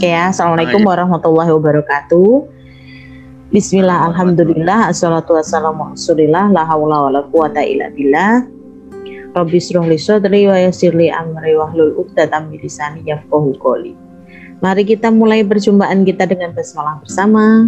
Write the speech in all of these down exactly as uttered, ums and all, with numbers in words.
Ya, assalamualaikum warahmatullahi wabarakatuh. Bismillah, alhamdulillah, assalatu wassalamu ala rasulillah, la haula wala quwata illa billah. Rabbi shrah li sadri wa yassir li amri wahlul 'uqdatam min lisani yafqahu qawli. Mari kita mulai perjumpaan kita dengan basmalah bersama.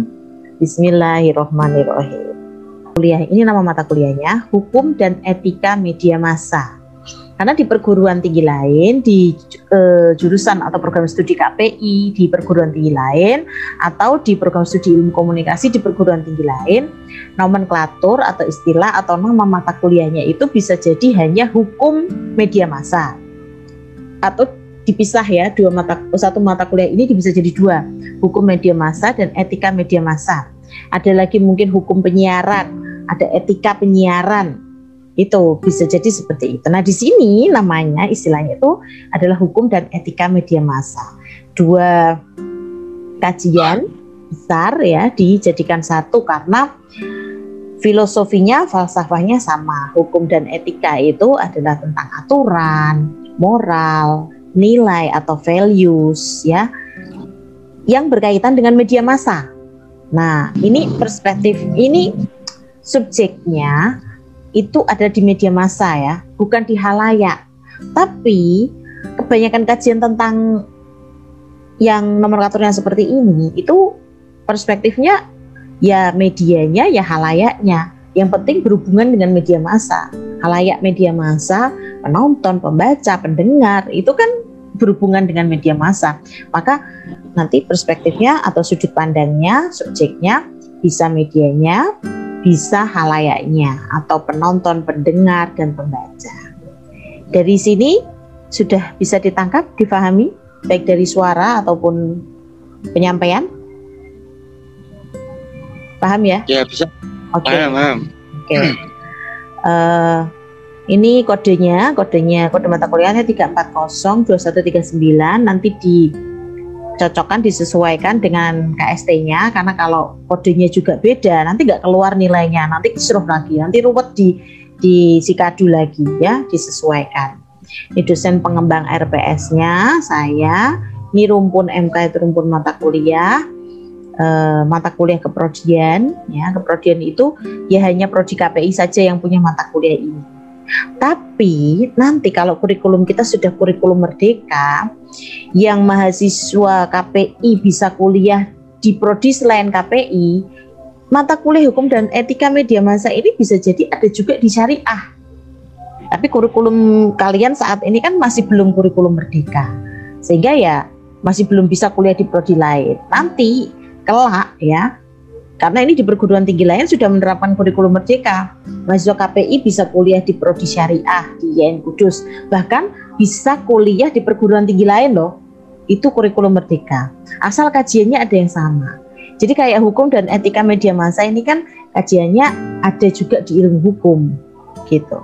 Bismillahirrahmanirrahim. Kuliah ini nama mata kuliahnya Hukum dan Etika Media Massa. Karena di perguruan tinggi lain, di uh, jurusan atau program studi K P I di perguruan tinggi lain, atau di program studi ilmu komunikasi di perguruan tinggi lain, nomenklatur atau istilah atau nama mata kuliahnya itu bisa jadi hanya hukum media massa, atau dipisah ya, dua mata satu mata kuliah ini bisa jadi dua, hukum media massa dan etika media massa. Ada lagi mungkin hukum penyiaran, ada etika penyiaran. Itu bisa jadi seperti itu. Nah, di sini namanya istilahnya itu adalah hukum dan etika media massa. Dua kajian besar ya dijadikan satu karena filosofinya, falsafahnya sama. Hukum dan etika itu adalah tentang aturan, moral, nilai atau values ya yang berkaitan dengan media massa. Nah, ini perspektif, ini subjeknya itu ada di media massa ya, bukan di halayak. Tapi kebanyakan kajian tentang yang nomenklaturnya seperti ini itu perspektifnya ya medianya ya halayaknya. Yang penting berhubungan dengan media massa. Halayak media massa, penonton, pembaca, pendengar itu kan berhubungan dengan media massa. Maka nanti perspektifnya atau sudut pandangnya, subjeknya bisa medianya, bisa halayaknya atau penonton, pendengar, dan pembaca. Dari sini sudah bisa ditangkap, difahami, baik dari suara ataupun penyampaian? Paham ya? Ya, bisa. Oke. Paham, paham. Oke. Uh, ini kodenya, kodenya, kode mata kuliahnya tiga empat nol dua satu tiga sembilan, nanti di cocokkan, disesuaikan dengan K S T-nya, karena kalau kodenya juga beda nanti nggak keluar nilainya, nanti disuruh lagi, nanti ruwet di di sikadu lagi ya, disesuaikan. Ini dosen pengembang R P S-nya saya, ini rumpun M K itu rumpun mata kuliah, eh, mata kuliah keprodian ya, keprodian itu ya hanya prodi K P I saja yang punya mata kuliah ini. Tapi nanti kalau kurikulum kita sudah kurikulum merdeka, yang mahasiswa K P I bisa kuliah di prodi selain K P I, mata kuliah hukum dan etika media massa ini bisa jadi ada juga di syariah. Tapi kurikulum kalian saat ini kan masih belum kurikulum merdeka, sehingga ya masih belum bisa kuliah di prodi lain. Nanti kelak ya, karena ini di perguruan tinggi lain sudah menerapkan kurikulum merdeka, mahasiswa K P I bisa kuliah di prodi syariah di Y N Kudus, bahkan bisa kuliah di perguruan tinggi lain loh. Itu kurikulum merdeka, asal kajiannya ada yang sama. Jadi kayak hukum dan etika media massa ini kan kajiannya ada juga di ilmu hukum gitu.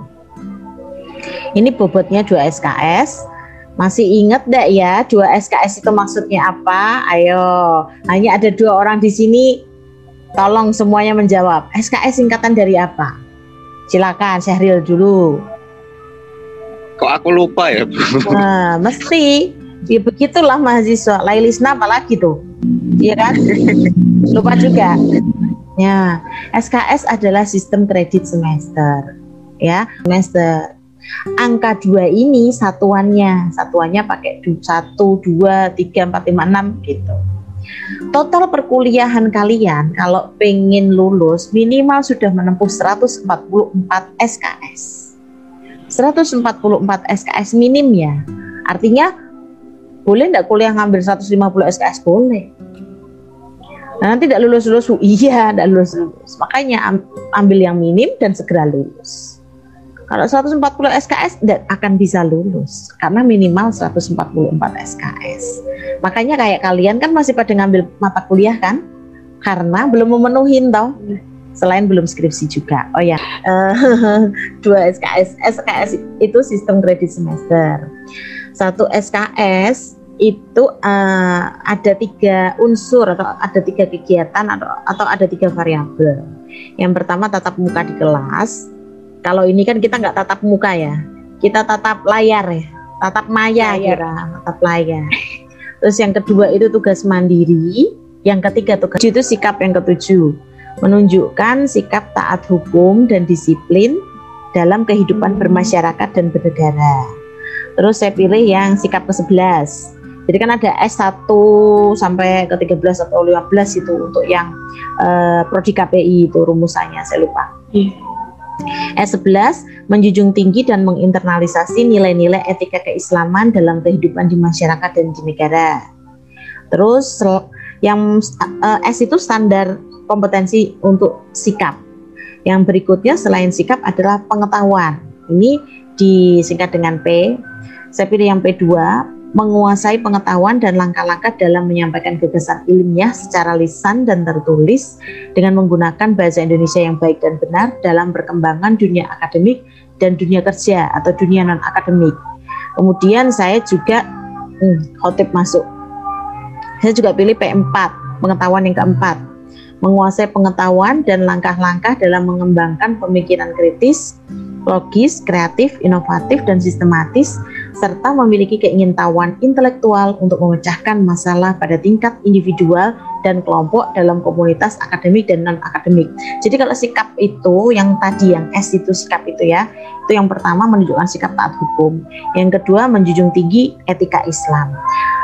Ini bobotnya dua S K S. Masih ingat enggak ya dua S K S itu maksudnya apa? Ayo, hanya ada dua orang di sini. Tolong semuanya menjawab. S K S singkatan dari apa? Silakan Syahril dulu. Kok aku lupa ya, Bu? Nah, mesti. Ya begitulah mahasiswa. Lailisna apalagi tuh? Iya kan? Lupa juga. Ya, S K S adalah sistem kredit semester. Ya, semester. Angka dua ini satuannya. Satuannya pakai satu, dua, tiga, empat, lima, enam gitu. Total perkuliahan kalian kalau pengen lulus minimal sudah menempuh seratus empat puluh empat S K S. seratus empat puluh empat S K S minim ya. Artinya boleh enggak kuliah ngambil seratus lima puluh S K S? Boleh. Nah, nanti enggak lulus-lulus. Iya, enggak lulus-lulus. Makanya ambil yang minim dan segera lulus. Kalau seratus empat puluh S K S tidak akan bisa lulus karena minimal seratus empat puluh empat S K S. Makanya kayak kalian kan masih pada ngambil mata kuliah kan? Karena belum memenuhi toh. Selain belum skripsi juga. Oh ya, uh, dua S K S. S K S itu sistem kredit semester. Satu S K S itu uh, ada tiga unsur atau ada tiga kegiatan atau, atau ada tiga variabel. Yang pertama tatap muka di kelas. Kalau ini kan kita nggak tatap muka ya, kita tatap layar ya, tatap maya kira, tatap layar. Terus yang kedua itu tugas mandiri. Yang ketiga tugas itu sikap yang ketujuh, menunjukkan sikap taat hukum dan disiplin dalam kehidupan bermasyarakat dan bernegara. Terus saya pilih yang sikap ke sebelas. Jadi kan ada S satu sampai ke tiga belas atau lima belas itu untuk yang uh, prodi K P I itu rumusannya saya lupa. Hmm. S sebelas menjunjung tinggi dan menginternalisasi nilai-nilai etika keislaman dalam kehidupan di masyarakat dan di negara. Terus yang uh, S itu standar kompetensi untuk sikap. Yang berikutnya selain sikap adalah pengetahuan. Ini disingkat dengan P. Saya pilih yang P dua, menguasai pengetahuan dan langkah-langkah dalam menyampaikan gagasan ilmiah secara lisan dan tertulis dengan menggunakan bahasa Indonesia yang baik dan benar dalam perkembangan dunia akademik dan dunia kerja atau dunia non-akademik. Kemudian saya juga hmm, khotib masuk. Saya juga pilih P empat, pengetahuan yang keempat, menguasai pengetahuan dan langkah-langkah dalam mengembangkan pemikiran kritis, logis, kreatif, inovatif, dan sistematis, serta memiliki keingintahuan intelektual untuk memecahkan masalah pada tingkat individual dan kelompok dalam komunitas akademik dan non-akademik. Jadi kalau sikap itu, yang tadi yang S itu sikap itu ya, itu yang pertama menunjukkan sikap taat hukum, yang kedua menjunjung tinggi etika Islam.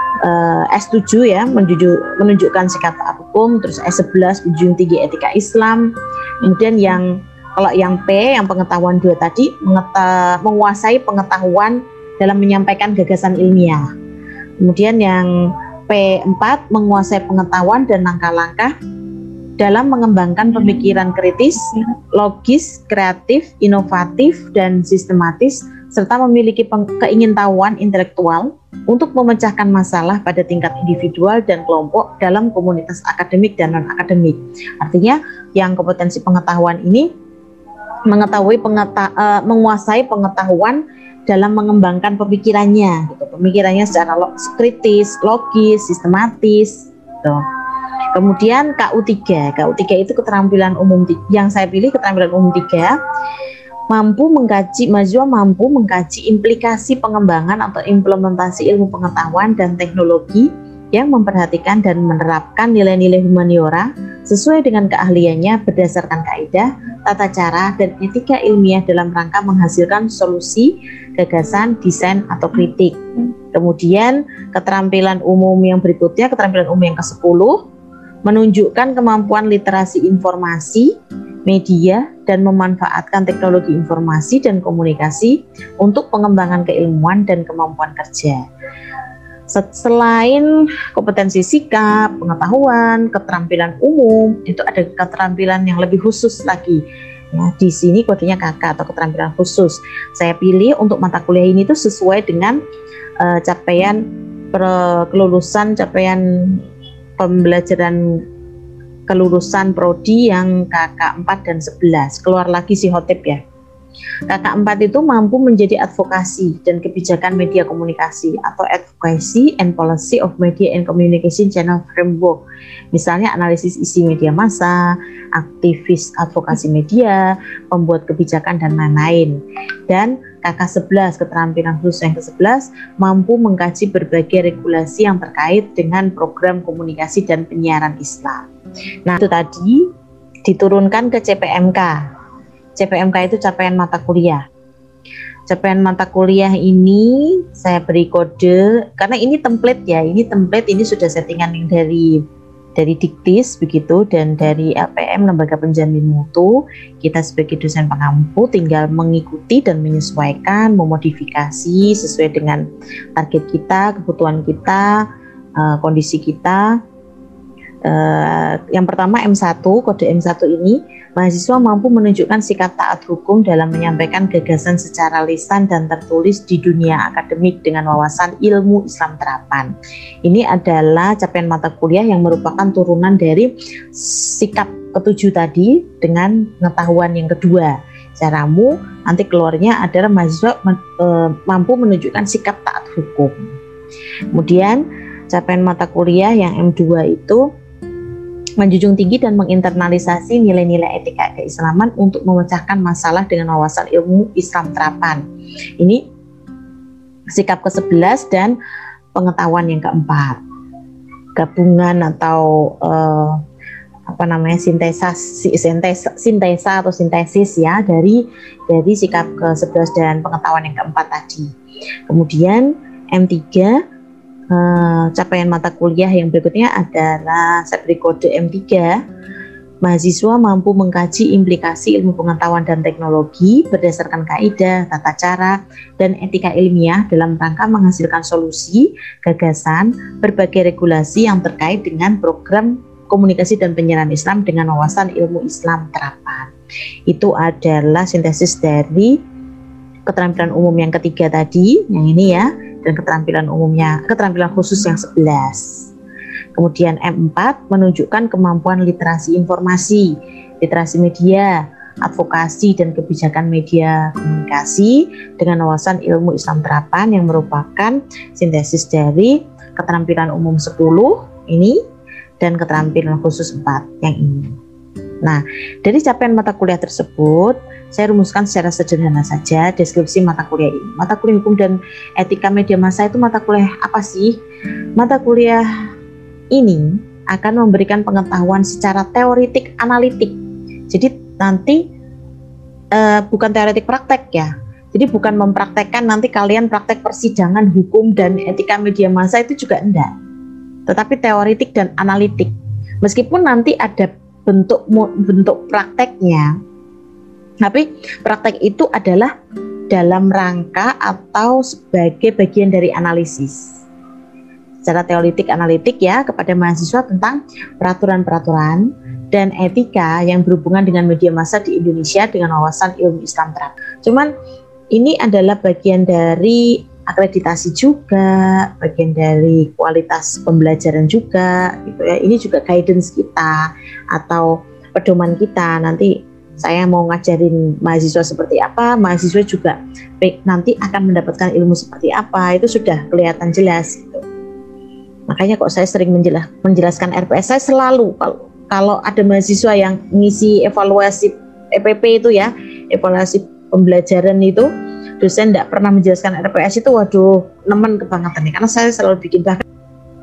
Uh, S tujuh ya menunjuk, menunjukkan sikap taat hukum, terus S sebelas menjunjung tinggi etika Islam. Kemudian yang kalau yang P, yang pengetahuan dua tadi, mengeta, menguasai pengetahuan dalam menyampaikan gagasan ilmiah. Kemudian yang P empat, menguasai pengetahuan dan langkah-langkah dalam mengembangkan pemikiran kritis, logis, kreatif, inovatif, dan sistematis, serta memiliki keingintahuan intelektual untuk memecahkan masalah pada tingkat individual dan kelompok dalam komunitas akademik dan non-akademik. Artinya yang kompetensi pengetahuan ini mengetahui pengeta, uh, menguasai pengetahuan dalam mengembangkan pemikirannya, gitu. Pemikirannya secara log, kritis, logis, sistematis. Gitu. Kemudian K U tiga, K U tiga itu keterampilan umum yang saya pilih keterampilan umum tiga, mampu mengkaji, mahasiswa mampu mengkaji implikasi pengembangan atau implementasi ilmu pengetahuan dan teknologi yang memperhatikan dan menerapkan nilai-nilai humaniora sesuai dengan keahliannya berdasarkan kaidah, tata cara, dan etika ilmiah dalam rangka menghasilkan solusi, gagasan, desain, atau kritik. Kemudian keterampilan umum yang berikutnya, keterampilan umum yang kesepuluh, menunjukkan kemampuan literasi informasi, media, dan memanfaatkan teknologi informasi dan komunikasi untuk pengembangan keilmuan dan kemampuan kerja. Selain kompetensi sikap, pengetahuan, keterampilan umum, itu ada keterampilan yang lebih khusus lagi. Ya, di sini kodenya K K atau keterampilan khusus. Saya pilih untuk mata kuliah ini tuh sesuai dengan uh, capaian per, kelulusan, capaian pembelajaran kelulusan prodi yang K K empat dan sebelas. Keluar lagi si khotib ya. K K empat itu mampu menjadi advokasi dan kebijakan media komunikasi atau Advocacy and Policy of Media and Communication Channel Framework. Misalnya analisis isi media massa, aktivis advokasi media, pembuat kebijakan, dan lain-lain. Dan K K sebelas, keterampilan khusus yang ke sebelas, mampu mengkaji berbagai regulasi yang terkait dengan program komunikasi dan penyiaran Islam. Nah, itu tadi diturunkan ke C P M K. C P M K itu capaian mata kuliah. Capaian mata kuliah ini saya beri kode karena ini template ya, ini template ini sudah settingan yang dari dari Diktis begitu dan dari L P M Lembaga Penjamin Mutu. Kita sebagai dosen pengampu tinggal mengikuti dan menyesuaikan, memodifikasi sesuai dengan target kita, kebutuhan kita, uh, kondisi kita. Uh, yang pertama M satu, kode M satu ini, mahasiswa mampu menunjukkan sikap taat hukum dalam menyampaikan gagasan secara lisan dan tertulis di dunia akademik dengan wawasan ilmu Islam terapan. Ini adalah capaian mata kuliah yang merupakan turunan dari sikap ketujuh tadi dengan pengetahuan yang kedua. Caramu nanti keluarnya adalah mahasiswa uh, mampu menunjukkan sikap taat hukum. Kemudian capaian mata kuliah yang M dua itu menjunjung tinggi dan menginternalisasi nilai-nilai etika keislaman untuk memecahkan masalah dengan wawasan ilmu Islam terapan. Ini sikap ke sebelas dan pengetahuan yang keempat. gabungan atau uh, apa namanya sintesa, sintesa sintesa atau sintesis ya dari dari sikap ke sebelas dan pengetahuan yang keempat tadi. Kemudian M tiga eh, capaian mata kuliah yang berikutnya adalah saya beri kode M tiga. Mahasiswa mampu mengkaji implikasi ilmu pengetahuan dan teknologi berdasarkan kaidah, tata cara, dan etika ilmiah dalam rangka menghasilkan solusi, gagasan, berbagai regulasi yang terkait dengan program komunikasi dan penyiaran Islam dengan wawasan ilmu Islam terapan. Itu adalah sintesis dari keterampilan umum yang ketiga tadi, yang ini ya, dan keterampilan umumnya, keterampilan khusus yang sebelas. Kemudian M empat menunjukkan kemampuan literasi informasi, literasi media, advokasi dan kebijakan media komunikasi dengan wawasan ilmu Islam terapan yang merupakan sintesis dari keterampilan umum sepuluh ini dan keterampilan khusus empat yang ini. Nah, dari capaian mata kuliah tersebut, saya rumuskan secara sederhana saja deskripsi mata kuliah ini. Mata kuliah hukum dan etika media massa itu mata kuliah apa sih? Mata kuliah ini akan memberikan pengetahuan secara teoritik analitik. Jadi nanti uh, bukan teoritik praktek ya. Jadi bukan mempraktekkan nanti kalian praktek persidangan hukum dan etika media massa itu juga enggak. Tetapi teoritik dan analitik. Meskipun nanti ada bentuk bentuk prakteknya, tapi praktek itu adalah dalam rangka atau sebagai bagian dari analisis. Secara teoritik analitik ya kepada mahasiswa tentang peraturan-peraturan dan etika yang berhubungan dengan media massa di Indonesia dengan wawasan ilmu Islam terapan. Cuman ini adalah bagian dari akreditasi juga, bagian dari kualitas pembelajaran juga gitu ya. Ini juga guidance kita atau pedoman kita. Nanti saya mau ngajarin mahasiswa seperti apa, mahasiswa juga nanti akan mendapatkan ilmu seperti apa, itu sudah kelihatan jelas gitu. Makanya kok saya sering menjelas, menjelaskan R P S, saya selalu kalau, kalau ada mahasiswa yang ngisi evaluasi E P P itu ya, evaluasi pembelajaran itu, dosen tidak pernah menjelaskan R P S itu, waduh, nemen kebangetan nih, karena saya selalu bikin bahkan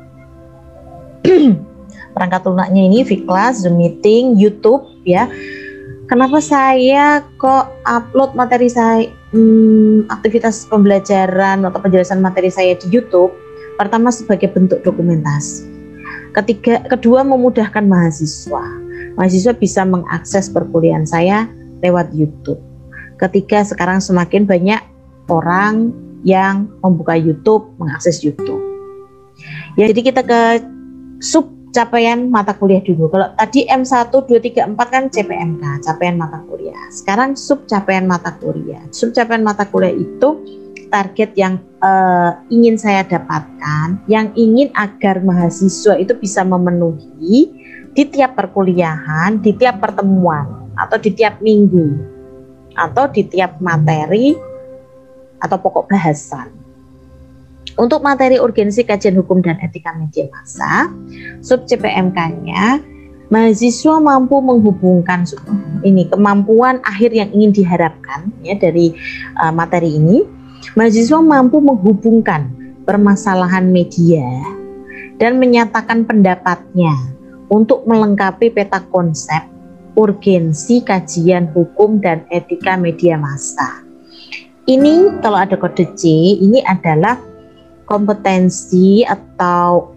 perangkat lunaknya ini V-Class, Zoom Meeting, YouTube ya. Kenapa saya kok upload materi saya, hmm, aktivitas pembelajaran atau penjelasan materi saya di YouTube? Pertama sebagai bentuk dokumentasi. Ketiga, kedua memudahkan mahasiswa. Mahasiswa bisa mengakses perkuliahan saya lewat YouTube. Ketiga, sekarang semakin banyak orang yang membuka YouTube, mengakses YouTube. Ya, jadi kita ke sub capaian mata kuliah dulu. Kalau tadi M satu, dua, tiga, empat kan C P M K, capaian mata kuliah. Sekarang sub capaian mata kuliah. Sub capaian mata kuliah itu target yang uh, ingin saya dapatkan, yang ingin agar mahasiswa itu bisa memenuhi di tiap perkuliahan, di tiap pertemuan, atau di tiap minggu, atau di tiap materi, atau pokok bahasan. Untuk materi urgensi kajian hukum dan etika media massa, sub C P M K-nya, mahasiswa mampu menghubungkan ini kemampuan akhir yang ingin diharapkan ya dari uh, materi ini. Mahasiswa mampu menghubungkan permasalahan media dan menyatakan pendapatnya untuk melengkapi peta konsep urgensi kajian hukum dan etika media massa. Ini kalau ada kode C, ini adalah kompetensi atau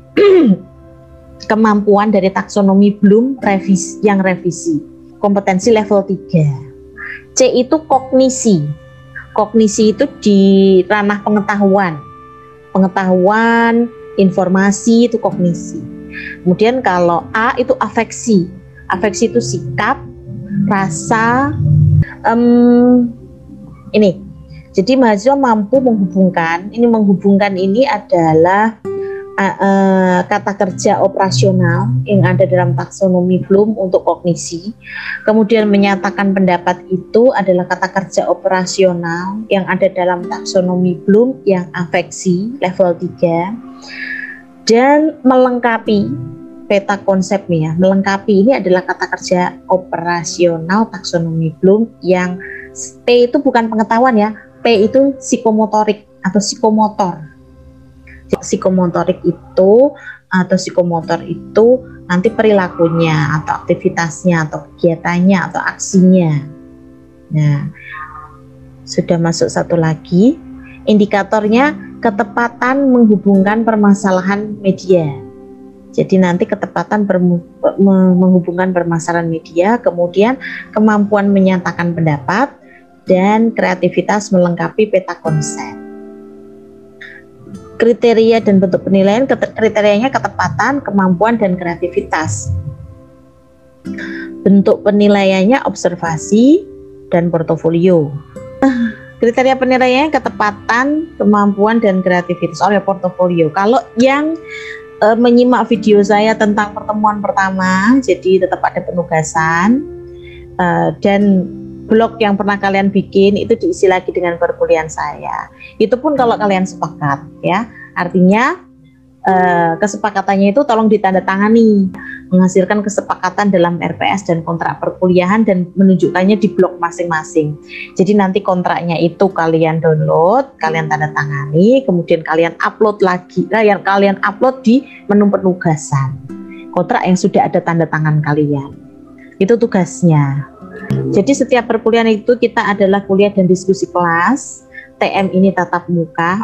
kemampuan dari taksonomi Bloom revisi, yang revisi. Kompetensi level tiga. C itu kognisi. Kognisi itu di ranah pengetahuan, pengetahuan, informasi itu kognisi. Kemudian kalau A itu afeksi, afeksi itu sikap, rasa, um, ini. Jadi mahasiswa mampu menghubungkan, ini menghubungkan ini adalah uh, uh, kata kerja operasional yang ada dalam taksonomi Bloom untuk kognisi. Kemudian menyatakan pendapat itu adalah kata kerja operasional yang ada dalam taksonomi Bloom yang afeksi level tiga. Dan melengkapi peta konsepnya, melengkapi ini adalah kata kerja operasional taksonomi Bloom yang P itu bukan pengetahuan ya, P itu psikomotorik atau psikomotor. Psikomotorik itu atau psikomotor itu nanti perilakunya atau aktivitasnya atau kegiatannya atau aksinya. Nah, sudah masuk satu lagi, indikatornya ketepatan menghubungkan permasalahan media. Jadi nanti ketepatan menghubungkan permasalahan media, kemudian kemampuan menyatakan pendapat, dan kreativitas melengkapi peta konsep. Kriteria dan bentuk penilaian, kriterianya ketepatan, kemampuan, dan kreativitas. Bentuk penilaiannya observasi dan portofolio. Kriteria penilaiannya ketepatan, kemampuan, dan kreativitas. Oh ya, portofolio. Kalau yang e, menyimak video saya tentang pertemuan pertama, jadi tetap ada penugasan, e, dan blog yang pernah kalian bikin itu diisi lagi dengan perkuliahan saya. Itu pun kalau kalian sepakat, ya. Artinya eh, kesepakatannya itu tolong ditandatangani, menghasilkan kesepakatan dalam R P S dan kontrak perkuliahan dan menunjukkannya di blog masing-masing. Jadi nanti kontraknya itu kalian download, kalian tandatangani, kemudian kalian upload lagi, nah, yang kalian upload di menu penugasan. Kontrak yang sudah ada tanda tangan kalian. Itu tugasnya. Jadi setiap perkuliahan itu kita adalah kuliah dan diskusi kelas. T M ini tatap muka.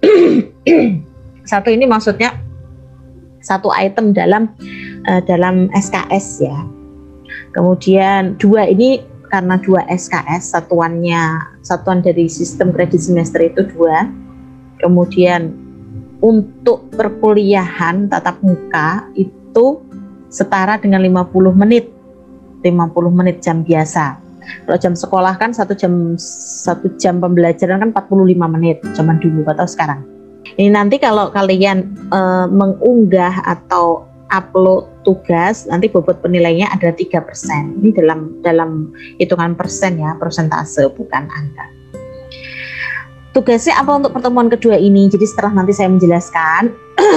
Satu ini maksudnya satu item dalam uh, dalam S K S ya. Kemudian dua ini karena dua S K S, satuannya satuan dari sistem kredit semester itu dua. Kemudian untuk perkuliahan tatap muka itu setara dengan lima puluh menit. lima puluh menit jam biasa. Kalau jam sekolah kan satu jam satu jam pembelajaran kan empat puluh lima menit zaman dulu atau sekarang. Ini nanti kalau kalian e, mengunggah atau upload tugas, nanti bobot penilaiannya ada tiga persen. Ini dalam dalam hitungan persen ya, persentase bukan angka. Tugasnya apa untuk pertemuan kedua ini? Jadi setelah nanti saya menjelaskan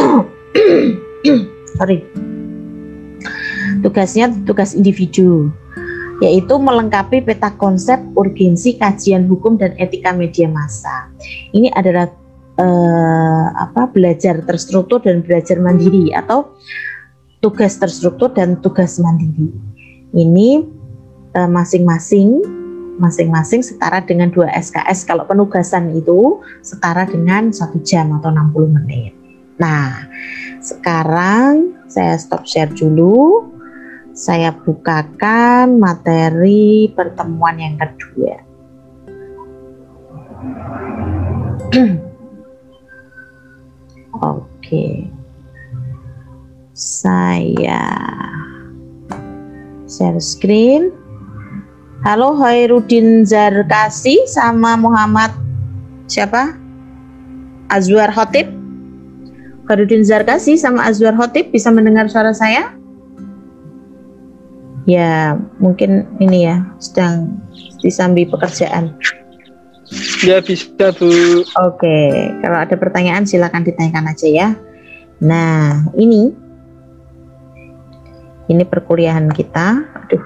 sorry. Tugasnya tugas individu, yaitu melengkapi peta konsep, urgensi, kajian hukum dan etika media massa. Ini adalah eh, apa belajar terstruktur dan belajar mandiri atau tugas terstruktur dan tugas mandiri. Ini eh, masing-masing masing-masing setara dengan dua S K S. Kalau penugasan itu setara dengan satu jam atau enam puluh menit. Nah, sekarang saya stop share dulu. Saya bukakan materi pertemuan yang kedua. Oke. Saya share screen. Halo Hoirudin Zarkasi sama Muhammad siapa? Azwar Khotib. Hoirudin Zarkasi sama Azwar Khotib bisa mendengar suara saya? Ya, mungkin ini ya, sedang disambi pekerjaan. Ya, bisa Bu. Oke, kalau ada pertanyaan silakan ditanyakan aja ya. Nah, ini ini perkuliahan kita. Aduh.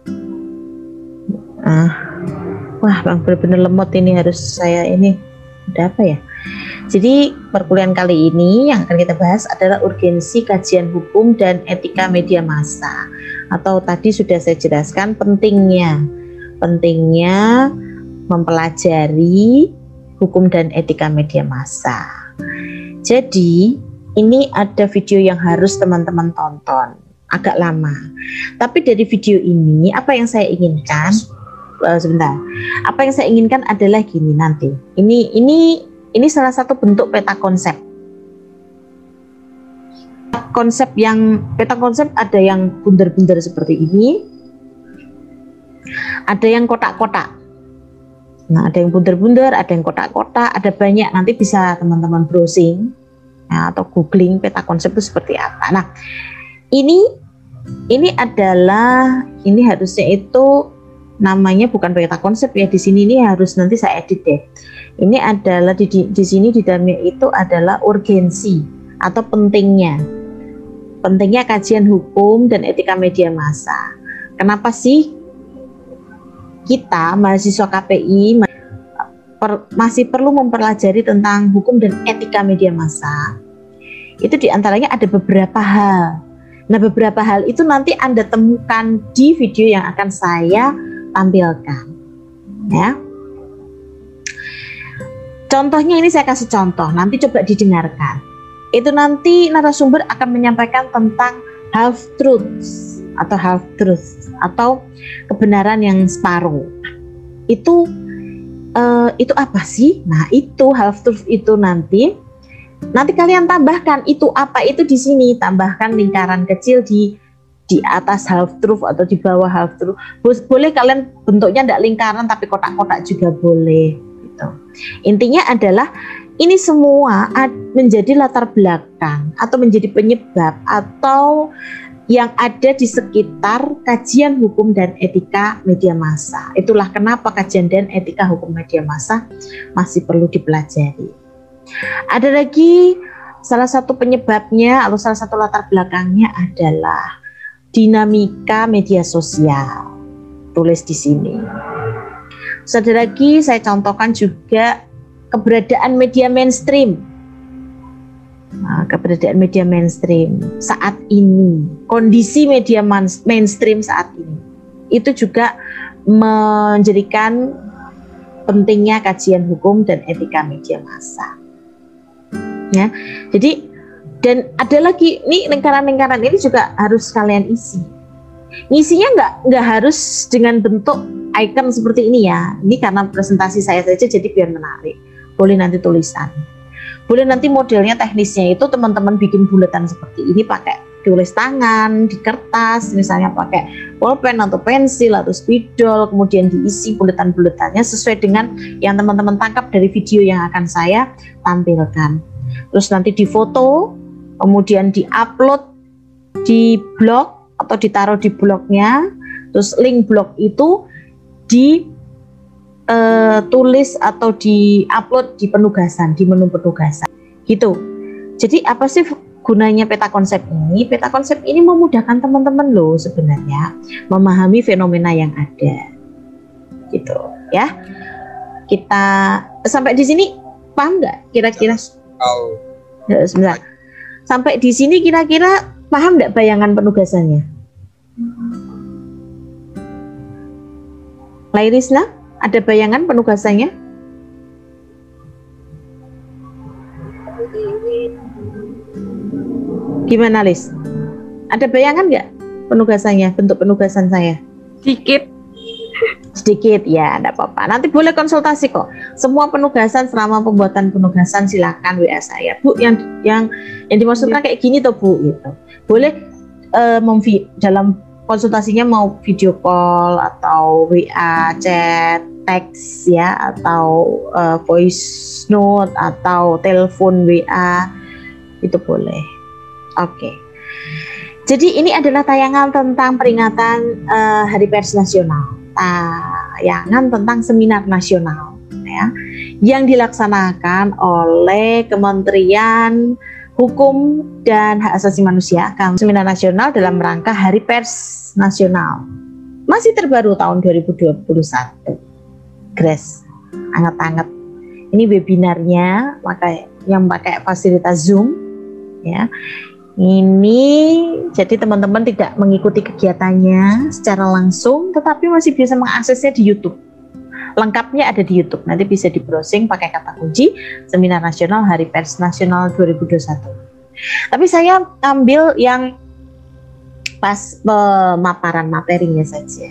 Ah. Wah, Bang benar-benar lemot ini, harus saya ini. Ada apa ya? Jadi perkuliahan kali ini yang akan kita bahas adalah urgensi kajian hukum dan etika media massa. Atau tadi sudah saya jelaskan pentingnya pentingnya mempelajari hukum dan etika media massa. Jadi ini ada video yang harus teman-teman tonton, agak lama. Tapi dari video ini apa yang saya inginkan? Uh, sebentar. Apa yang saya inginkan adalah gini nanti. Ini ini ini salah satu bentuk peta konsep. Konsep yang peta konsep ada yang bundar-bundar seperti ini, ada yang kotak-kotak. Nah, ada yang bundar-bundar, ada yang kotak-kotak, ada banyak. Nanti bisa teman-teman browsing ya, atau googling peta konsep itu seperti apa. Nah, ini ini adalah ini harusnya itu namanya bukan peta konsep ya, di sini ini harus nanti saya edit deh. Ini adalah di, di, di sini di dalamnya itu adalah urgensi atau pentingnya. Pentingnya kajian hukum dan etika media massa. Kenapa sih kita mahasiswa K P I per, masih perlu mempelajari tentang hukum dan etika media massa? Itu diantaranya ada beberapa hal. Nah, beberapa hal itu nanti Anda temukan di video yang akan saya tampilkan. Ya. Contohnya ini saya kasih contoh, nanti coba didengarkan. Itu nanti narasumber akan menyampaikan tentang half truths atau half truth atau kebenaran yang separuh. Itu uh, itu apa sih? Nah, itu half truth itu nanti nanti kalian tambahkan itu apa itu di sini, tambahkan lingkaran kecil di di atas half truth atau di bawah half truth. Boleh kalian bentuknya tidak lingkaran tapi kotak-kotak juga boleh. Gitu. Intinya adalah ini semua menjadi latar belakang atau menjadi penyebab atau yang ada di sekitar kajian hukum dan etika media massa. Itulah kenapa kajian dan etika hukum media massa masih perlu dipelajari. Ada lagi salah satu penyebabnya atau salah satu latar belakangnya adalah dinamika media sosial. Tulis di sini. Ada lagi saya contohkan juga keberadaan media mainstream. Nah, keberadaan media mainstream saat ini, kondisi media mainstream saat ini, itu juga menjadikan pentingnya kajian hukum dan etika media massa. Ya, jadi dan ada lagi nih lingkaran-lingkaran ini juga harus kalian isi. Ngisinya nggak nggak harus dengan bentuk icon seperti ini ya. Ini karena presentasi saya saja jadi biar menarik. Boleh nanti tulisan. Boleh nanti modelnya teknisnya itu teman-teman bikin buletan seperti ini pakai tulis tangan di kertas, misalnya pakai pulpen atau pensil atau spidol, kemudian diisi buletan-buletannya sesuai dengan yang teman-teman tangkap dari video yang akan saya tampilkan. Terus nanti difoto, kemudian diupload di blog atau ditaruh di blognya, terus link blog itu ditulis uh, atau diupload di penugasan, di menu penugasan, gitu. Jadi apa sih gunanya peta konsep ini? Peta konsep ini memudahkan teman-teman loh sebenarnya memahami fenomena yang ada, gitu ya. Kita sampai di sini paham nggak? Kira-kira? Oh. Sebentar. Sampai di sini kira-kira paham nggak bayangan penugasannya? Lairisna, ada bayangan penugasannya? Gimana, Lis? Ada bayangan nggak penugasannya, bentuk penugasan saya? Sedikit. Sedikit ya, enggak apa-apa. Nanti boleh konsultasi kok. Semua penugasan selama pembuatan penugasan silakan W A saya, Bu. Yang yang yang dimaksudkan kayak gini tuh Bu, gitu. Boleh uh, memvi dalam konsultasinya mau video call atau W A, chat, teks ya, atau uh, voice note atau telepon W A itu boleh. Oke. Okay. Jadi ini adalah tayangan tentang peringatan uh, Hari Pers Nasional. Tayangan tentang seminar nasional ya, yang dilaksanakan oleh Kementerian Hukum dan Hak Asasi Manusia. Seminar nasional dalam rangka Hari Pers Nasional. Masih terbaru tahun dua ribu dua puluh satu. Grace, anget-anget. Ini webinarnya pakai yang pakai fasilitas Zoom ya. Ini jadi teman-teman tidak mengikuti kegiatannya secara langsung, tetapi masih bisa mengaksesnya di YouTube. Lengkapnya ada di YouTube. Nanti bisa di browsing pakai kata kunci Seminar Nasional Hari Pers Nasional dua ribu dua puluh satu. Tapi saya ambil yang pas pemaparan materinya saja.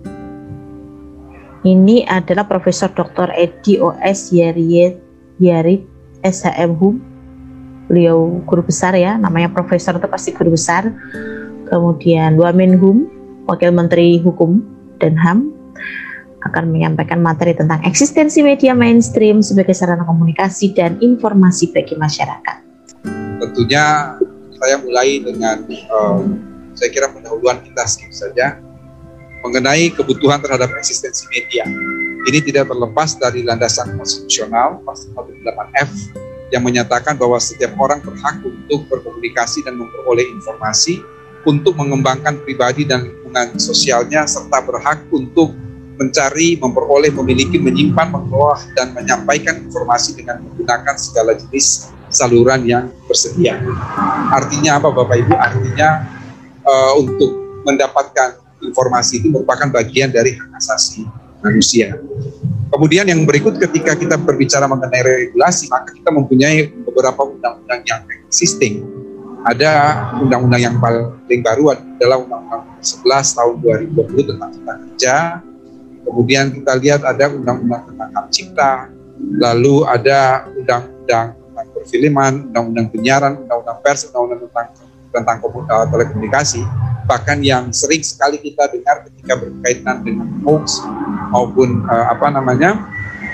Ini adalah Profesor Doktor Edi O S Yarid Yarid S H M Hum. Beliau guru besar ya, namanya profesor itu pasti guru besar. Kemudian Wamenhum, Wakil Menteri Hukum dan H A M, akan menyampaikan materi tentang eksistensi media mainstream sebagai sarana komunikasi dan informasi bagi masyarakat. Tentunya saya mulai dengan um, saya kira pendahuluan kita sedikit saja mengenai kebutuhan terhadap eksistensi media. Ini tidak terlepas dari landasan konstitusional pasal seratus delapan F yang menyatakan bahwa setiap orang berhak untuk berkomunikasi dan memperoleh informasi, untuk mengembangkan pribadi dan lingkungan sosialnya, serta berhak untuk mencari, memperoleh, memiliki, menyimpan, mengelola, dan menyampaikan informasi dengan menggunakan segala jenis saluran yang tersedia. Artinya apa Bapak Ibu? Artinya uh, untuk mendapatkan informasi itu merupakan bagian dari hak asasi manusia. Kemudian yang berikut, ketika kita berbicara mengenai regulasi, maka kita mempunyai beberapa undang-undang yang existing. Ada undang-undang yang paling baru adalah Undang-Undang sebelas tahun dua ribu dua puluh tentang Cipta Kerja. Kemudian kita lihat ada undang-undang tentang hak cipta, lalu ada undang-undang tentang perfilman, undang-undang penyiaran, undang-undang pers, undang-undang tentang tentang uh, telekomunikasi. Bahkan yang sering sekali kita dengar ketika berkaitan dengan hoax maupun uh, apa namanya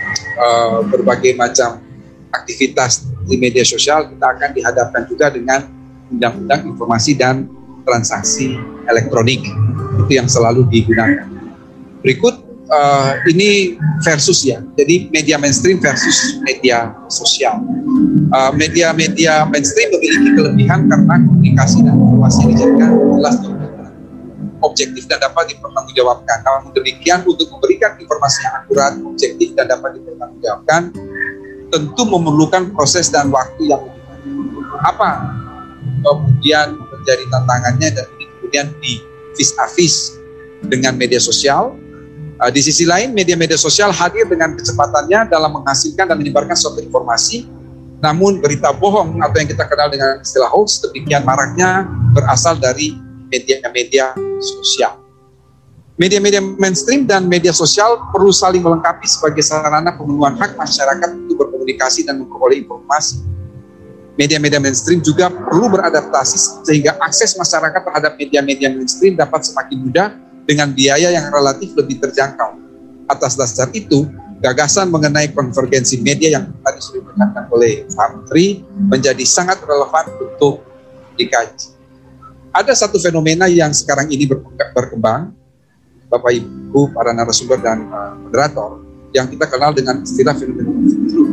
uh, berbagai macam aktivitas di media sosial, kita akan dihadapkan juga dengan undang-undang informasi dan transaksi elektronik. Itu yang selalu digunakan. Berikut uh, ini versus ya, jadi media mainstream versus media sosial. Uh, media-media mainstream memiliki kelebihan karena komunikasi dan informasi dijadikan jelas, objektif dan dapat dipertanggungjawabkan. Namun demikian, untuk memberikan informasi yang akurat, objektif dan dapat dipertanggungjawabkan, tentu memerlukan proses dan waktu yang lebih banyak. Apa kemudian menjadi tantangannya, dan ini kemudian di vis-a-vis dengan media sosial. Uh, di sisi lain, media-media sosial hadir dengan kecepatannya dalam menghasilkan dan menyebarkan suatu informasi, namun berita bohong atau yang kita kenal dengan istilah hoax demikian maraknya berasal dari media-media sosial. Media-media mainstream dan media sosial perlu saling melengkapi sebagai sarana pemenuhan hak masyarakat untuk berkomunikasi dan memperoleh informasi. Media-media mainstream juga perlu beradaptasi sehingga akses masyarakat terhadap media-media mainstream dapat semakin mudah dengan biaya yang relatif lebih terjangkau. Atas dasar itu, gagasan mengenai konvergensi media yang tadi sudah dikatakan oleh Pak Menteri menjadi sangat relevan untuk dikaji. Ada satu fenomena yang sekarang ini berkembang, Bapak Ibu, para narasumber dan uh, moderator, yang kita kenal dengan istilah fenomena truth.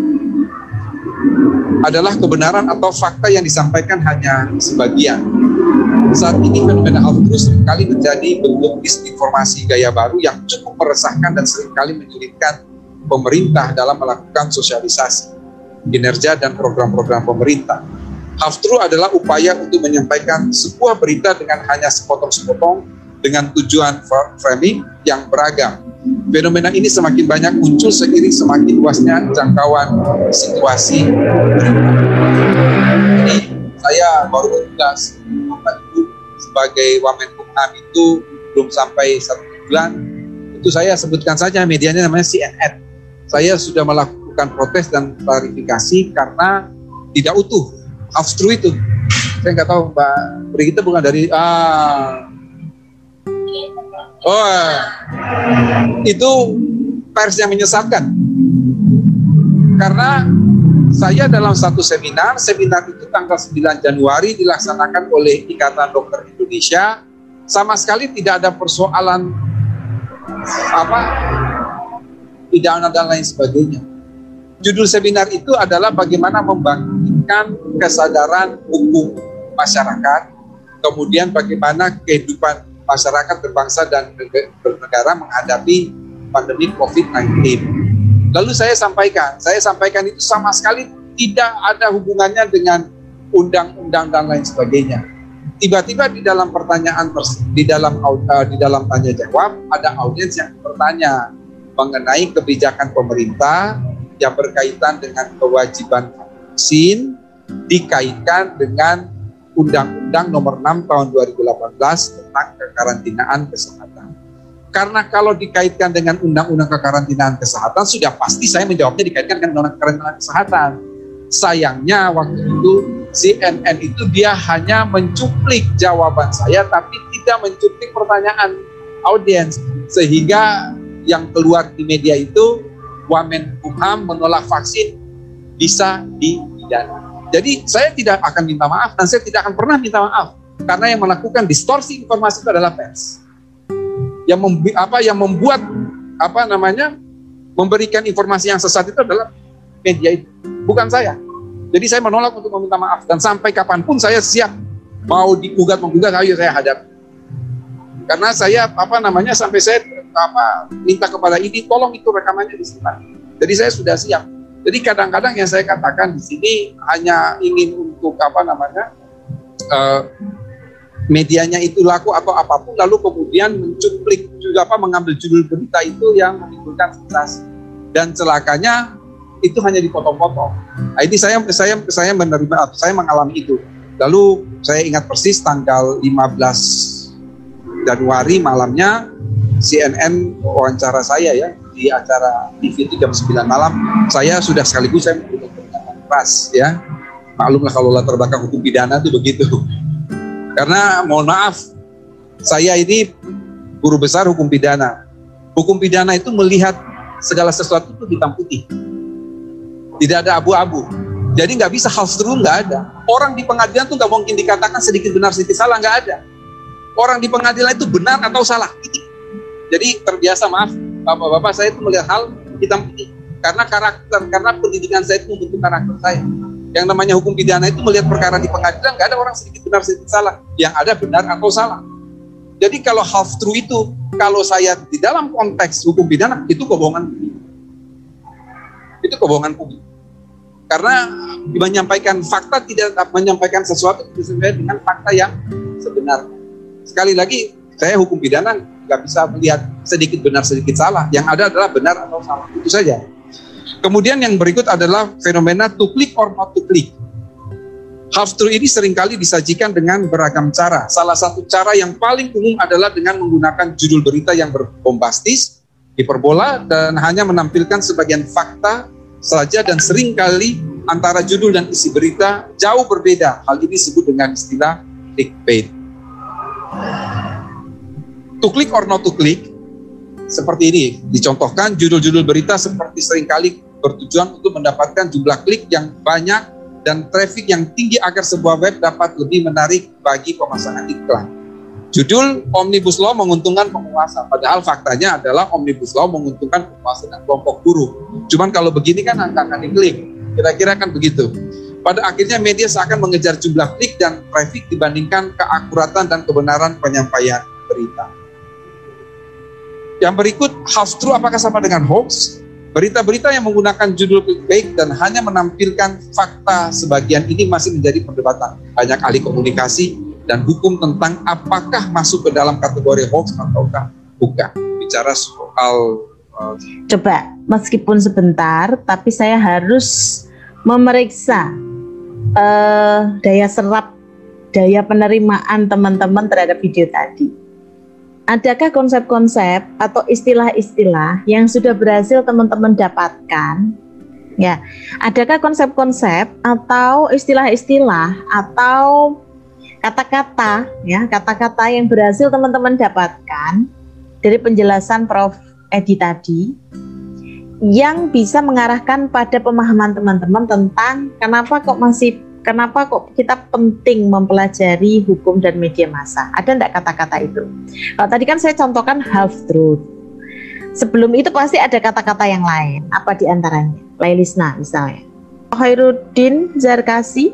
Adalah kebenaran atau fakta yang disampaikan hanya sebagian. Saat ini fenomena half truth seringkali menjadi bentuk disinformasi gaya baru yang cukup meresahkan dan seringkali menyulitkan pemerintah dalam melakukan sosialisasi kinerja dan program-program pemerintah. Half truth adalah upaya untuk menyampaikan sebuah berita dengan hanya sepotong-sepotong dengan tujuan framing yang beragam. Fenomena ini semakin banyak muncul seiring semakin luasnya jangkauan situasi. Ini saya baru bertugas Bapak Ibu sebagai Wamenkumham itu belum sampai satu bulan. Itu saya sebutkan saja medianya namanya C N N. Saya sudah melakukan protes dan klarifikasi karena tidak utuh half truth itu. Saya nggak tahu Mbak Brigitte bukan dari ah oh itu pers yang menyesatkan. Karena saya dalam satu seminar, seminar itu tanggal sembilan Januari dilaksanakan oleh Ikatan Dokter Indonesia, sama sekali tidak ada persoalan apa pidana dan lain sebagainya. Judul seminar itu adalah bagaimana membangkitkan kesadaran hukum masyarakat, kemudian bagaimana kehidupan masyarakat berbangsa dan bernegara menghadapi pandemi covid sembilan belas. Lalu saya sampaikan, saya sampaikan itu sama sekali tidak ada hubungannya dengan undang-undang dan lain sebagainya. Tiba-tiba di dalam pertanyaan, di dalam uh, di dalam tanya jawab ada audiens yang bertanya mengenai kebijakan pemerintah yang berkaitan dengan kewajiban vaksin dikaitkan dengan Undang-Undang Nomor enam Tahun dua ribu delapan belas tentang kekarantinaan kesehatan. Karena kalau dikaitkan dengan Undang-Undang Kekarantinaan Kesehatan, sudah pasti saya menjawabnya dikaitkan dengan Undang-Undang Kekarantinaan Kesehatan. Sayangnya waktu itu C N N itu dia hanya mencuplik jawaban saya, tapi tidak mencuplik pertanyaan audiens. Sehingga yang keluar di media itu, Wamenkumham menolak vaksin bisa dipidana. Jadi saya tidak akan minta maaf dan saya tidak akan pernah minta maaf karena yang melakukan distorsi informasi itu adalah pers. Yang membu- apa yang membuat apa namanya memberikan informasi yang sesat itu adalah media itu, bukan saya. Jadi saya menolak untuk meminta maaf dan sampai kapanpun saya siap mau digugat menggugat, ayo saya hadap. Karena saya apa namanya sampai saya apa minta kepada ini tolong itu rekamannya disimpan. Jadi saya sudah siap. Jadi kadang-kadang yang saya katakan di sini hanya ingin untuk apa namanya uh, medianya itu laku atau apapun, lalu kemudian mencuplik juga apa mengambil judul berita itu yang menimbulkan sensasi, dan celakanya itu hanya dipotong-potong. Nah, ini saya saya saya menerima, saya mengalami itu. Lalu saya ingat persis tanggal lima belas Januari malamnya C N N wawancara saya ya di acara T V itu jam sembilan malam. Saya sudah sekaligus saya memberikan pernyataan keras ya. Maklumlah kalau latar belakang hukum pidana itu begitu. Karena mohon maaf, saya ini guru besar hukum pidana. Hukum pidana itu melihat segala sesuatu itu hitam putih. Tidak ada abu-abu. Jadi nggak bisa half true, nggak ada. Orang di pengadilan tuh nggak mungkin dikatakan sedikit benar sedikit salah, nggak ada. Orang di pengadilan itu benar atau salah. Jadi terbiasa, maaf bapak-bapak, saya itu melihat hal hitam putih. Karena karakter, karena pendidikan saya itu membentuk karakter saya. Yang namanya hukum pidana itu melihat perkara di pengadilan, nggak ada orang sedikit benar sedikit salah. Yang ada benar atau salah. Jadi kalau half true itu, kalau saya di dalam konteks hukum pidana, itu kebohongan publik. Itu kebohongan publik. Karena menyampaikan fakta tidak menyampaikan sesuatu sesuai dengan fakta yang sebenarnya. Sekali lagi, saya hukum pidana nggak bisa melihat sedikit benar sedikit salah. Yang ada adalah benar atau salah. Itu saja. Kemudian yang berikut adalah fenomena to click or not to click. Half true ini seringkali disajikan dengan beragam cara. Salah satu cara yang paling umum adalah dengan menggunakan judul berita yang berbombastis, hiperbola, dan hanya menampilkan sebagian fakta saja, dan seringkali antara judul dan isi berita jauh berbeda. Hal ini disebut dengan istilah clickbait. To click or not to click, seperti ini dicontohkan, judul-judul berita seperti seringkali bertujuan untuk mendapatkan jumlah klik yang banyak dan traffic yang tinggi agar sebuah web dapat lebih menarik bagi pemasangan iklan. Judul Omnibus Law menguntungkan penguasa, padahal faktanya adalah Omnibus Law menguntungkan penguasa dan kelompok buruh. Cuman kalau begini kan angka akan diklik, kira-kira kan begitu. Pada akhirnya media seakan mengejar jumlah klik dan traffic dibandingkan keakuratan dan kebenaran penyampaian berita. Yang berikut, half true apakah sama dengan hoax? Berita-berita yang menggunakan judul clickbait dan hanya menampilkan fakta sebagian ini masih menjadi perdebatan banyak ahli komunikasi dan hukum tentang apakah masuk ke dalam kategori hoax ataukah bukan. Bicara soal uh, coba meskipun sebentar, tapi saya harus memeriksa uh, daya serap, daya penerimaan teman-teman terhadap video tadi. Adakah konsep-konsep atau istilah-istilah yang sudah berhasil teman-teman dapatkan? Ya, adakah konsep-konsep atau istilah-istilah atau kata-kata, ya, kata-kata yang berhasil teman-teman dapatkan dari penjelasan Prof Edi tadi, yang bisa mengarahkan pada pemahaman teman-teman tentang kenapa kok masih Kenapa kok kita penting mempelajari hukum dan media massa? Ada enggak kata-kata itu? Kalau tadi kan saya contohkan half truth. Sebelum itu pasti ada kata-kata yang lain. Apa di antaranya? Lailisna misalnya. Khairuddin Zarkasi.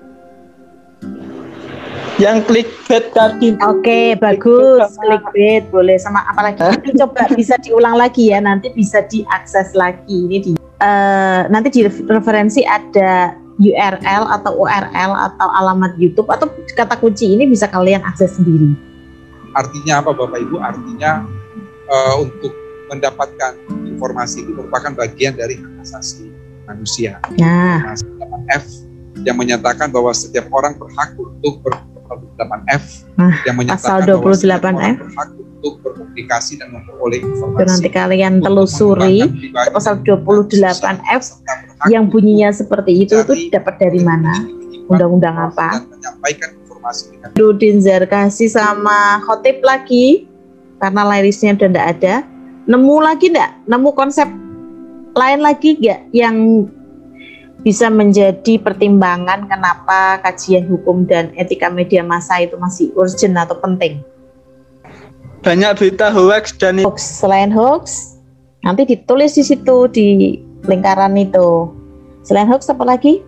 Yang clickbait tadi. Oke, bagus. Clickbait boleh. Sama apa lagi? Nanti coba bisa diulang lagi ya. Nanti bisa diakses lagi. Ini di uh, nanti di referensi ada U R L atau U R L atau alamat YouTube atau kata kunci ini bisa kalian akses sendiri. Artinya apa Bapak Ibu? Artinya uh, untuk mendapatkan informasi itu merupakan bagian dari hak asasi manusia. Nah, delapan F yang menyatakan bahwa setiap orang berhak untuk ber delapan F nah, yang pasal menyatakan dua puluh delapan bahwa F berhak untuk berkomunikasi dan memperoleh informasi. Nanti kalian telusuri pasal dua puluh delapan F yang bunyinya seperti itu itu dapat dari mana? Undang-undang apa? Menyampaikan informasi dengan Rudin Zarkasi sama Khotib lagi karena Lailisnya udah enggak ada. Nemu lagi enggak? Nemu konsep lain lagi enggak yang bisa menjadi pertimbangan kenapa kajian hukum dan etika media massa itu masih urgent atau penting? Banyak berita hoax dan hoax. Selain hoax, nanti ditulis di situ di lingkaran itu. Selain hoax apa lagi?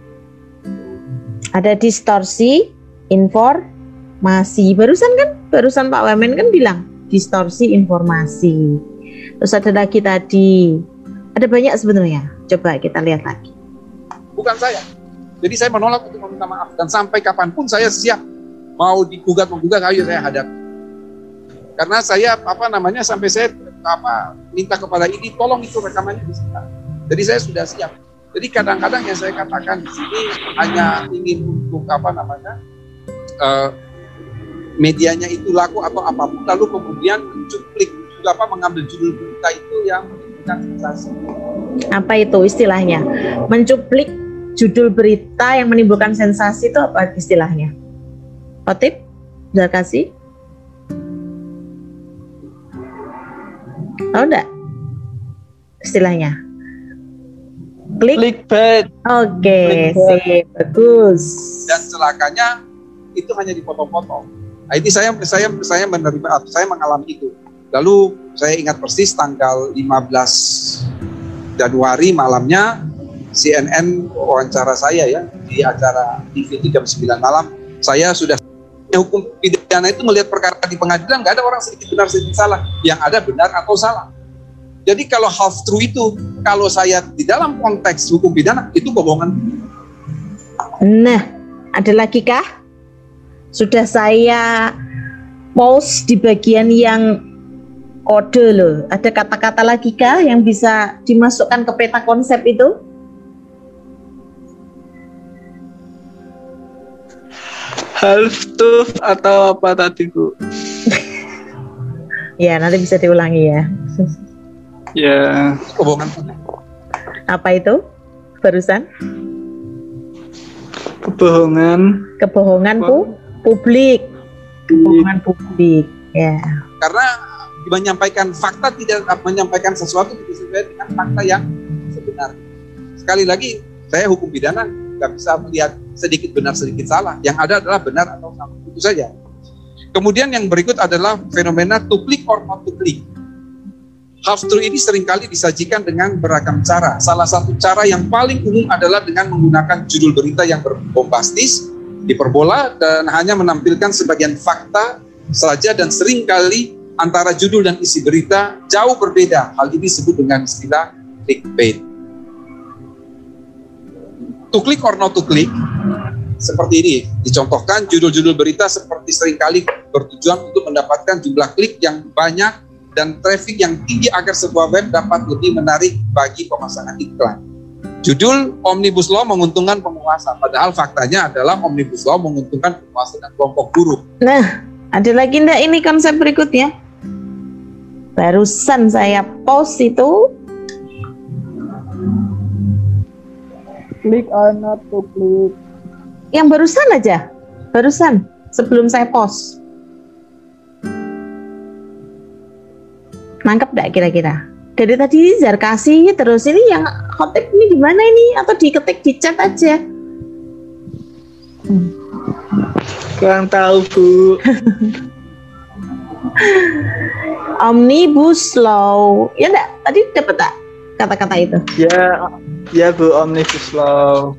Ada distorsi informasi. Barusan kan, barusan Pak Wamen kan bilang distorsi informasi. Terus ada lagi tadi Ada banyak sebenarnya. Coba kita lihat lagi. Bukan saya. Jadi saya menolak untuk meminta maaf. Dan sampai kapanpun saya siap. Mau digugat, menggugat, ayo saya hadapi. Karena saya, apa namanya, sampai saya apa minta kepada ini, tolong itu rekamannya disita. Jadi saya sudah siap. Jadi kadang-kadang yang saya katakan di sini hanya ingin untuk, apa namanya, uh, medianya itu laku atau apapun, lalu kemudian mencuplik, apa, mengambil judul berita itu yang menimbulkan sensasi. Apa itu istilahnya? Mencuplik judul berita yang menimbulkan sensasi itu apa istilahnya? Khotib, bisa kasih? Tahu enggak istilahnya? Klik. Clickbait. Oke, Clickbait. sip, bagus. Dan celakanya itu hanya dipotong-potong. Nah, ini saya saya saya menerima, saya mengalami itu. Lalu saya ingat persis tanggal lima belas Januari malamnya C N N wawancara saya ya di acara T V jam sembilan malam. Saya sudah hukum pidana itu melihat perkara di pengadilan, nggak ada orang sedikit benar sedikit salah, yang ada benar atau salah. Jadi kalau half true itu, kalau saya di dalam konteks hukum pidana itu kebohongan. Nah, ada lagi kah? Sudah saya post di bagian yang kode loh. Ada kata-kata lagi kah yang bisa dimasukkan ke peta konsep itu? Half truth atau apa tadi, Bu? Ya, nanti bisa diulangi ya. Ya, Kebohongan. Apa itu? Barusan? kebohongan. Kebohongan pu publik. Kebohongan publik. Ya. Karena menyampaikan fakta tidak menyampaikan sesuatu tidak sesuai dengan fakta yang sebenarnya. Sekali lagi, saya hukum pidana nggak bisa melihat sedikit benar sedikit salah. Yang ada adalah benar atau salah, itu saja. Kemudian yang berikut adalah fenomena to click or not to click. Half truth ini seringkali disajikan dengan beragam cara. Salah satu cara yang paling umum adalah dengan menggunakan judul berita yang berbombastis, hiperbola, dan hanya menampilkan sebagian fakta saja, dan seringkali antara judul dan isi berita jauh berbeda. Hal ini disebut dengan istilah clickbait. To click or not to click, seperti ini. Dicontohkan judul-judul berita seperti seringkali bertujuan untuk mendapatkan jumlah klik yang banyak dan traffic yang tinggi agar sebuah web dapat lebih menarik bagi pemasangan iklan. Judul Omnibus Law menguntungkan penguasa, padahal faktanya adalah Omnibus Law menguntungkan penguasa dan kelompok buruh. Nah, ada lagi enggak ini konsep berikutnya? Barusan saya post itu. Click or not to click. Yang barusan aja. Barusan sebelum saya post. Nangkep enggak kira-kira? Dari tadi Zarkasi terus, ini yang khotib ini gimana ini? Atau diketik di chat aja? Kurang tahu, Bu. Omnibus Law. Ya enggak? Tadi dapat tak kata-kata itu? Ya, ya Bu, Omnibus Law.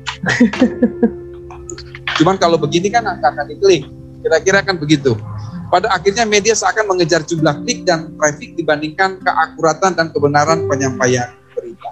Cuman kalau begini kan angka akan diklik. Kira-kira kan begitu. Pada akhirnya media seakan mengejar jumlah klik dan traffic dibandingkan keakuratan dan kebenaran penyampaian berita.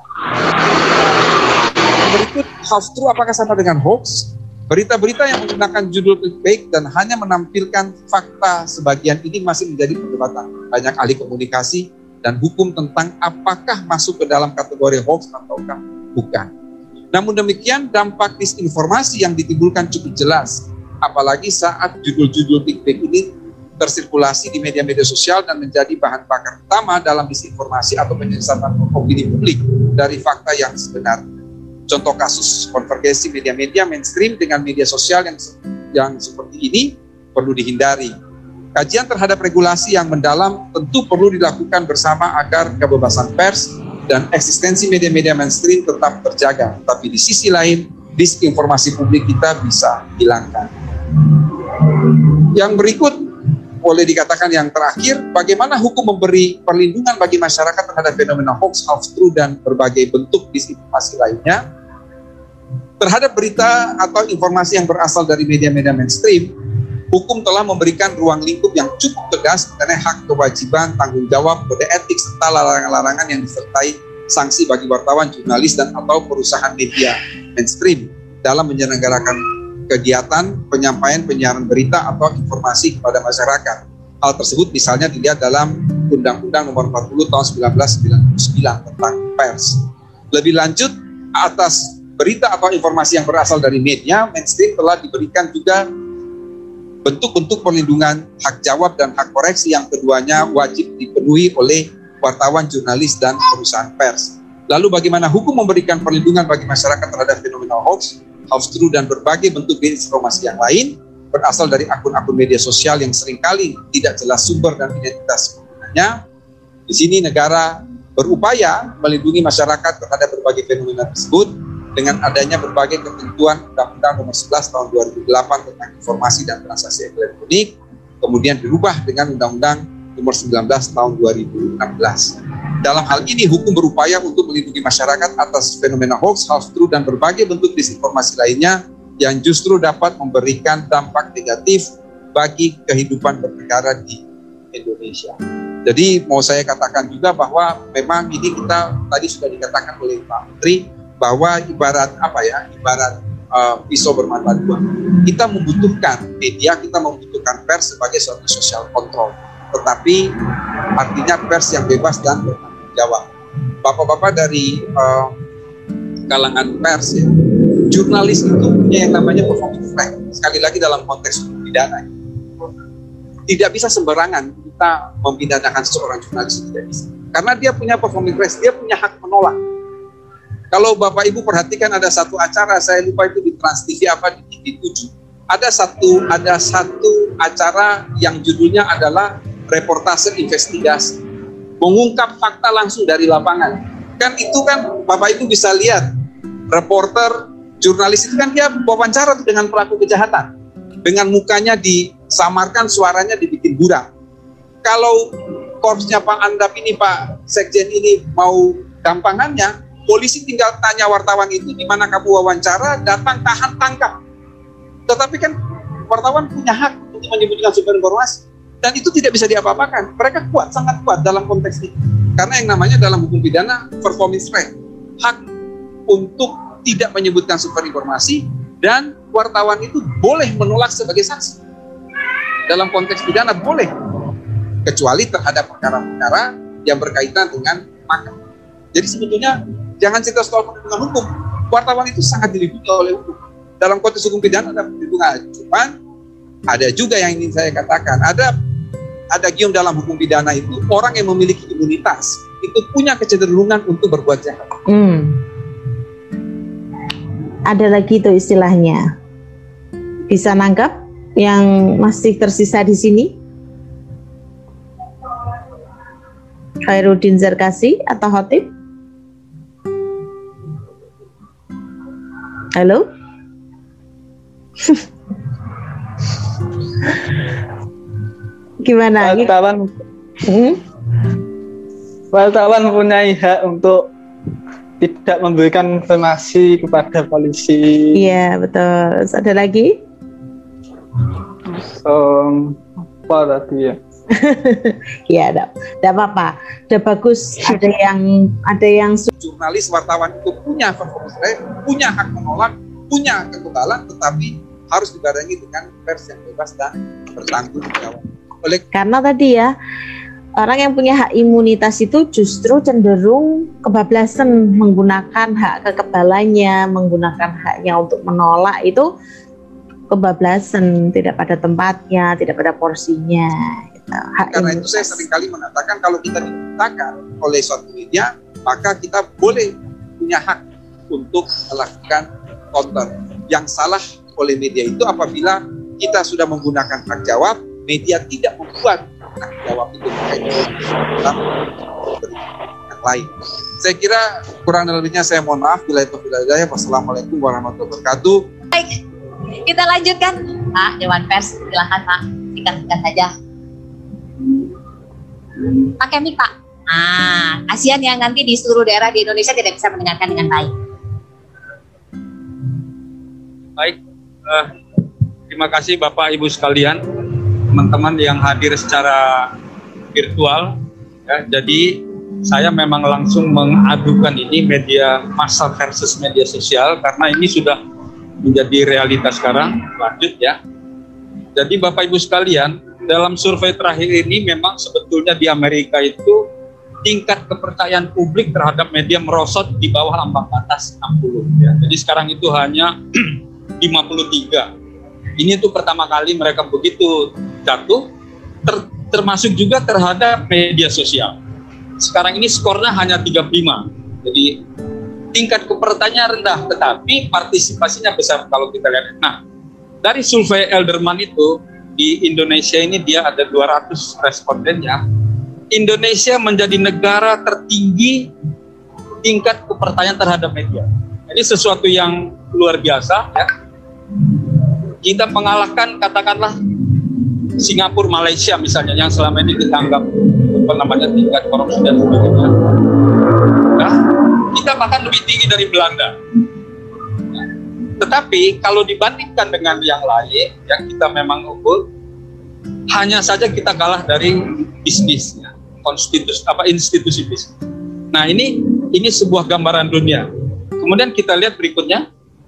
Berikut half true apakah sama dengan hoax? Berita-berita yang menggunakan judul clickbait dan hanya menampilkan fakta sebagian ini masih menjadi perdebatan banyak ahli komunikasi dan hukum tentang apakah masuk ke dalam kategori hoax ataukah bukan. Namun demikian, dampak disinformasi yang ditimbulkan cukup jelas, apalagi saat judul-judul clickbait ini tersirkulasi di media-media sosial dan menjadi bahan bakar utama dalam disinformasi atau penyesatan opini publik dari fakta yang sebenarnya. Contoh kasus konvergensi media-media mainstream dengan media sosial yang yang seperti ini perlu dihindari. Kajian terhadap regulasi yang mendalam tentu perlu dilakukan bersama agar kebebasan pers dan eksistensi media-media mainstream tetap terjaga. Tapi di sisi lain, disinformasi publik kita bisa hilangkan. Yang berikut boleh dikatakan yang terakhir, bagaimana hukum memberi perlindungan bagi masyarakat terhadap fenomena hoax, half true, dan berbagai bentuk disinformasi lainnya. Terhadap berita atau informasi yang berasal dari media-media mainstream, hukum telah memberikan ruang lingkup yang cukup tegas mengenai hak, kewajiban, tanggung jawab, kode etik, serta larangan-larangan yang disertai sanksi bagi wartawan, jurnalis, dan atau perusahaan media mainstream dalam menyelenggarakan kegiatan penyampaian penyiaran berita atau informasi kepada masyarakat. Hal tersebut misalnya dilihat dalam Undang-Undang Nomor empat puluh Tahun seribu sembilan ratus sembilan puluh sembilan tentang pers. Lebih lanjut, atas berita atau informasi yang berasal dari media mainstream telah diberikan juga bentuk-bentuk perlindungan hak jawab dan hak koreksi yang keduanya wajib dipenuhi oleh wartawan, jurnalis, dan perusahaan pers. Lalu bagaimana hukum memberikan perlindungan bagi masyarakat terhadap fenomena hoax, half truth, dan berbagai bentuk informasi yang lain berasal dari akun-akun media sosial yang seringkali tidak jelas sumber dan identitas penggunanya. Di sini negara berupaya melindungi masyarakat terhadap berbagai fenomena tersebut dengan adanya berbagai ketentuan Undang-Undang Nomor sebelas Tahun dua ribu delapan tentang informasi dan transaksi elektronik, kemudian dirubah dengan Undang-Undang Nomor sembilan belas Tahun dua ribu enam belas. Dalam hal ini, hukum berupaya untuk melindungi masyarakat atas fenomena hoax, half truth, dan berbagai bentuk disinformasi lainnya yang justru dapat memberikan dampak negatif bagi kehidupan bernegara di Indonesia. Jadi mau saya katakan juga bahwa memang ini kita tadi sudah dikatakan oleh Pak Menteri bahwa ibarat apa ya, ibarat uh, pisau bermata dua. Kita membutuhkan media, kita membutuhkan pers sebagai suatu social control. Tetapi artinya pers yang bebas dan bertanggung jawab. Bapak-bapak dari uh, kalangan pers ya, jurnalis itu punya yang namanya performance right. Sekali lagi dalam konteks hukum pidana, tidak bisa sembarangan kita mempidanakan seorang jurnalis, tidak bisa. Karena dia punya performance right, dia punya hak menolak. Kalau Bapak Ibu perhatikan ada satu acara, saya lupa itu di Trans T V apa di T V tujuh. Ada satu ada satu acara yang judulnya adalah reportase investigasi, mengungkap fakta langsung dari lapangan. Kan itu kan Bapak Ibu bisa lihat, reporter, jurnalis itu kan dia wawancara dengan pelaku kejahatan, dengan mukanya disamarkan, suaranya dibikin buram. Kalau korpsnya Pak Andap ini, Pak Sekjen ini mau gampangannya, polisi tinggal tanya wartawan itu di mana kamu wawancara, datang, tahan, tangkap. Tetapi kan wartawan punya hak untuk menyebutkan sumber informasi, dan itu tidak bisa diapa-apakan. Mereka kuat, sangat kuat dalam konteks ini. Karena yang namanya dalam hukum pidana performance right, hak untuk tidak menyebutkan sumber informasi, dan wartawan itu boleh menolak sebagai saksi. Dalam konteks pidana boleh, kecuali terhadap perkara-perkara yang berkaitan dengan makar. Jadi sebetulnya jangan cerita soal perlindungan hukum. Wartawan itu sangat dilindungi oleh hukum. Dalam konteks hukum pidana ada perlindungan. Cuman ada juga yang ingin saya katakan, ada ada gium dalam hukum pidana itu orang yang memiliki imunitas itu punya kecenderungan untuk berbuat jahat. Hmm. Ada lagi itu istilahnya. Bisa nangkap yang masih tersisa di sini? Khairuddin Zarkasi atau Khotib? Halo? Gimana? Wartawan, Hmm? wartawan punya hak untuk tidak memberikan informasi kepada polisi. Iya, betul. Terus ada lagi? Um, apa tadi ya? Ya, ada. Tidak apa-apa. Udah bagus. Ada yang ada yang Jurnalis, wartawan itu punya performance right, punya hak menolak, punya kekebalan, tetapi harus dibarengi dengan pers yang bebas dan bertanggung jawab. Oleh karena tadi ya, orang yang punya hak imunitas itu justru cenderung kebablasan menggunakan hak kekebalannya, menggunakan haknya untuk menolak itu kebablasan, tidak pada tempatnya, tidak pada porsinya. Gitu. Hak karena imunitas. itu saya seringkali mengatakan kalau kita dimintakan oleh suatu media, maka kita boleh punya hak untuk melakukan counter. Yang salah oleh media itu apabila kita sudah menggunakan hak jawab, media tidak membuat hak jawab itu dalam yang lain. Saya kira kurang lebihnya saya mohon maaf. Bila itu bila saya, wassalamualaikum warahmatullahi wabarakatuh. Baik, kita lanjutkan. Pak Dewan Pers, silahkan Pak, singkat-singkat saja. Pakai mic Pak. Nah, kasihan yang nanti di seluruh daerah di Indonesia tidak bisa mendengarkan dengan baik. Baik, uh, terima kasih Bapak Ibu sekalian, teman-teman yang hadir secara virtual. Ya, jadi saya memang langsung mengadukan ini media massa versus media sosial karena ini sudah menjadi realitas sekarang. Lanjut ya. Jadi Bapak Ibu sekalian, dalam survei terakhir ini memang sebetulnya di Amerika itu tingkat kepercayaan publik terhadap media merosot di bawah ambang batas enam puluh ya. Jadi sekarang itu hanya lima puluh tiga. Ini tuh pertama kali mereka begitu jatuh, ter, termasuk juga terhadap media sosial. Sekarang ini skornya hanya tiga puluh lima. Jadi tingkat kepercayaan rendah, tetapi partisipasinya besar kalau kita lihat. Nah, dari survei Elderman itu di Indonesia ini dia ada dua ratus respondennya. Indonesia menjadi negara tertinggi tingkat kepercayaan terhadap media. Ini sesuatu yang luar biasa ya. Kita mengalahkan katakanlah Singapura, Malaysia misalnya yang selama ini kita anggap apa namanya tingkat korupsi dan sebagainya. Nah, kita bahkan lebih tinggi dari Belanda. Nah, tetapi kalau dibandingkan dengan yang lain yang kita memang unggul, hanya saja kita kalah dari bisnisnya, konstitusi apa institusi bisnis. Nah ini ini sebuah gambaran dunia. Kemudian kita lihat berikutnya.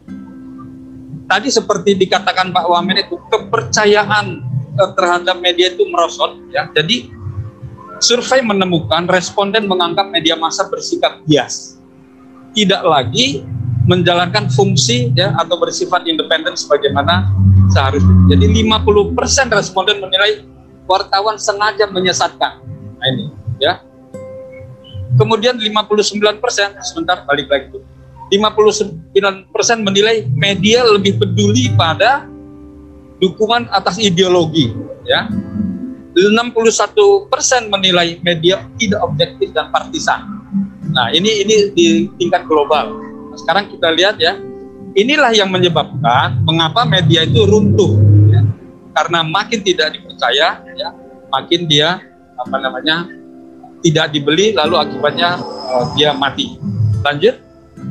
Tadi seperti dikatakan Pak Wamen itu kepercayaan eh, terhadap media itu merosot ya. Jadi survei menemukan responden menganggap media massa bersikap bias, tidak lagi menjalankan fungsi ya atau bersifat independen sebagaimana seharusnya. Jadi lima puluh persen responden menilai wartawan sengaja menyesatkan. Nah ini ya. Kemudian lima puluh sembilan persen sebentar balik lagi tuh. lima puluh sembilan persen menilai media lebih peduli pada dukungan atas ideologi ya. enam puluh satu persen menilai media tidak objektif dan partisan. Nah, ini ini di tingkat global. Nah, sekarang kita lihat ya. Inilah yang menyebabkan mengapa media itu runtuh ya. Karena makin tidak dipercaya ya, makin dia apa namanya? tidak dibeli lalu akibatnya uh, dia mati. Lanjut.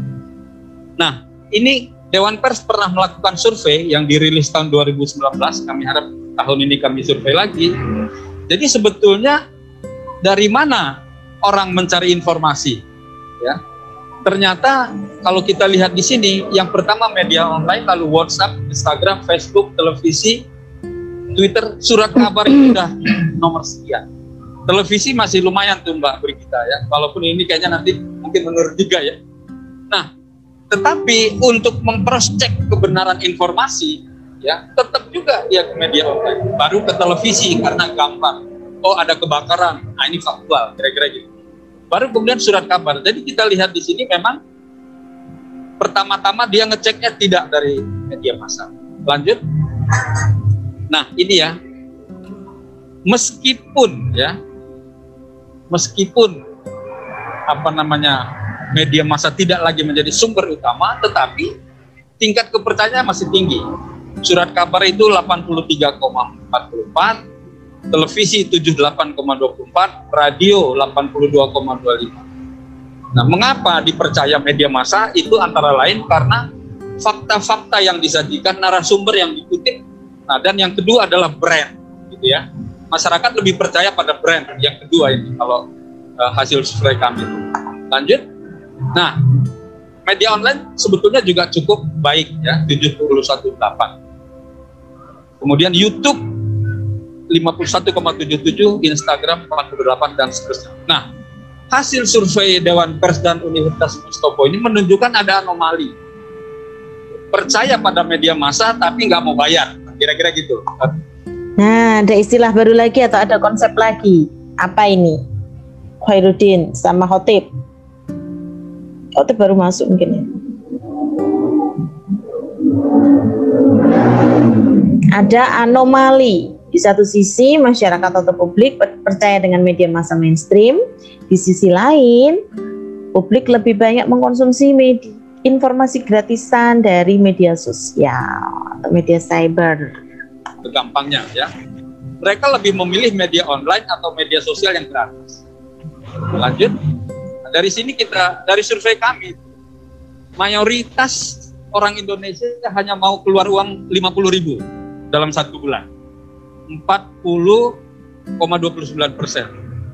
Nah, ini Dewan Pers pernah melakukan survei yang dirilis tahun dua ribu sembilan belas. Kami harap tahun ini kami survei lagi. Jadi sebetulnya dari mana orang mencari informasi? Ya, ternyata kalau kita lihat di sini, yang pertama media online, lalu WhatsApp, Instagram, Facebook, televisi, Twitter, surat kabar itu sudah nomor sekian. Televisi masih lumayan tuh Mbak Brigita ya, walaupun ini kayaknya nanti mungkin menurut tiga ya. Nah, tetapi untuk mempros-cek kebenaran informasi, ya tetap juga dia ke media online, baru ke televisi karena gampang. Oh ada kebakaran, nah ini faktual, kira-kira gitu. Baru kemudian surat kabar. Jadi kita lihat di sini memang pertama-tama dia ngeceknya tidak dari media massa. Lanjut. Nah ini ya, meskipun ya, meskipun apa namanya media massa tidak lagi menjadi sumber utama, tetapi tingkat kepercayaan masih tinggi. Surat kabar itu delapan puluh tiga koma empat puluh empat, televisi tujuh puluh delapan koma dua puluh empat, radio delapan puluh dua koma dua puluh lima. Nah, mengapa dipercaya media massa? Itu antara lain karena fakta-fakta yang disajikan, narasumber yang dikutip. Nah, dan yang kedua adalah brand, gitu ya. Masyarakat lebih percaya pada brand. Yang kedua ini kalau uh, hasil survei kami. Lanjut. Nah, media online sebetulnya juga cukup baik ya, tujuh puluh satu koma delapan. Kemudian YouTube lima puluh satu koma tujuh tujuh, Instagram empat puluh delapan dan seterusnya. Nah, hasil survei Dewan Pers dan Universitas Mustopo ini menunjukkan ada anomali. Percaya pada media massa tapi nggak mau bayar, kira-kira gitu. Nah, ada istilah baru lagi atau ada konsep lagi. Apa ini? Khairuddin sama Khotib. Khotib baru masuk mungkin ya. Ada anomali. Di satu sisi masyarakat atau publik percaya dengan media massa mainstream, di sisi lain publik lebih banyak mengkonsumsi media, informasi gratisan dari media sosial atau media cyber. Gampangnya ya, mereka lebih memilih media online atau media sosial yang gratis. Lanjut, dari sini kita, dari survei kami, mayoritas orang Indonesia hanya mau keluar uang lima puluh ribu dalam satu bulan. empat puluh koma dua puluh sembilan persen.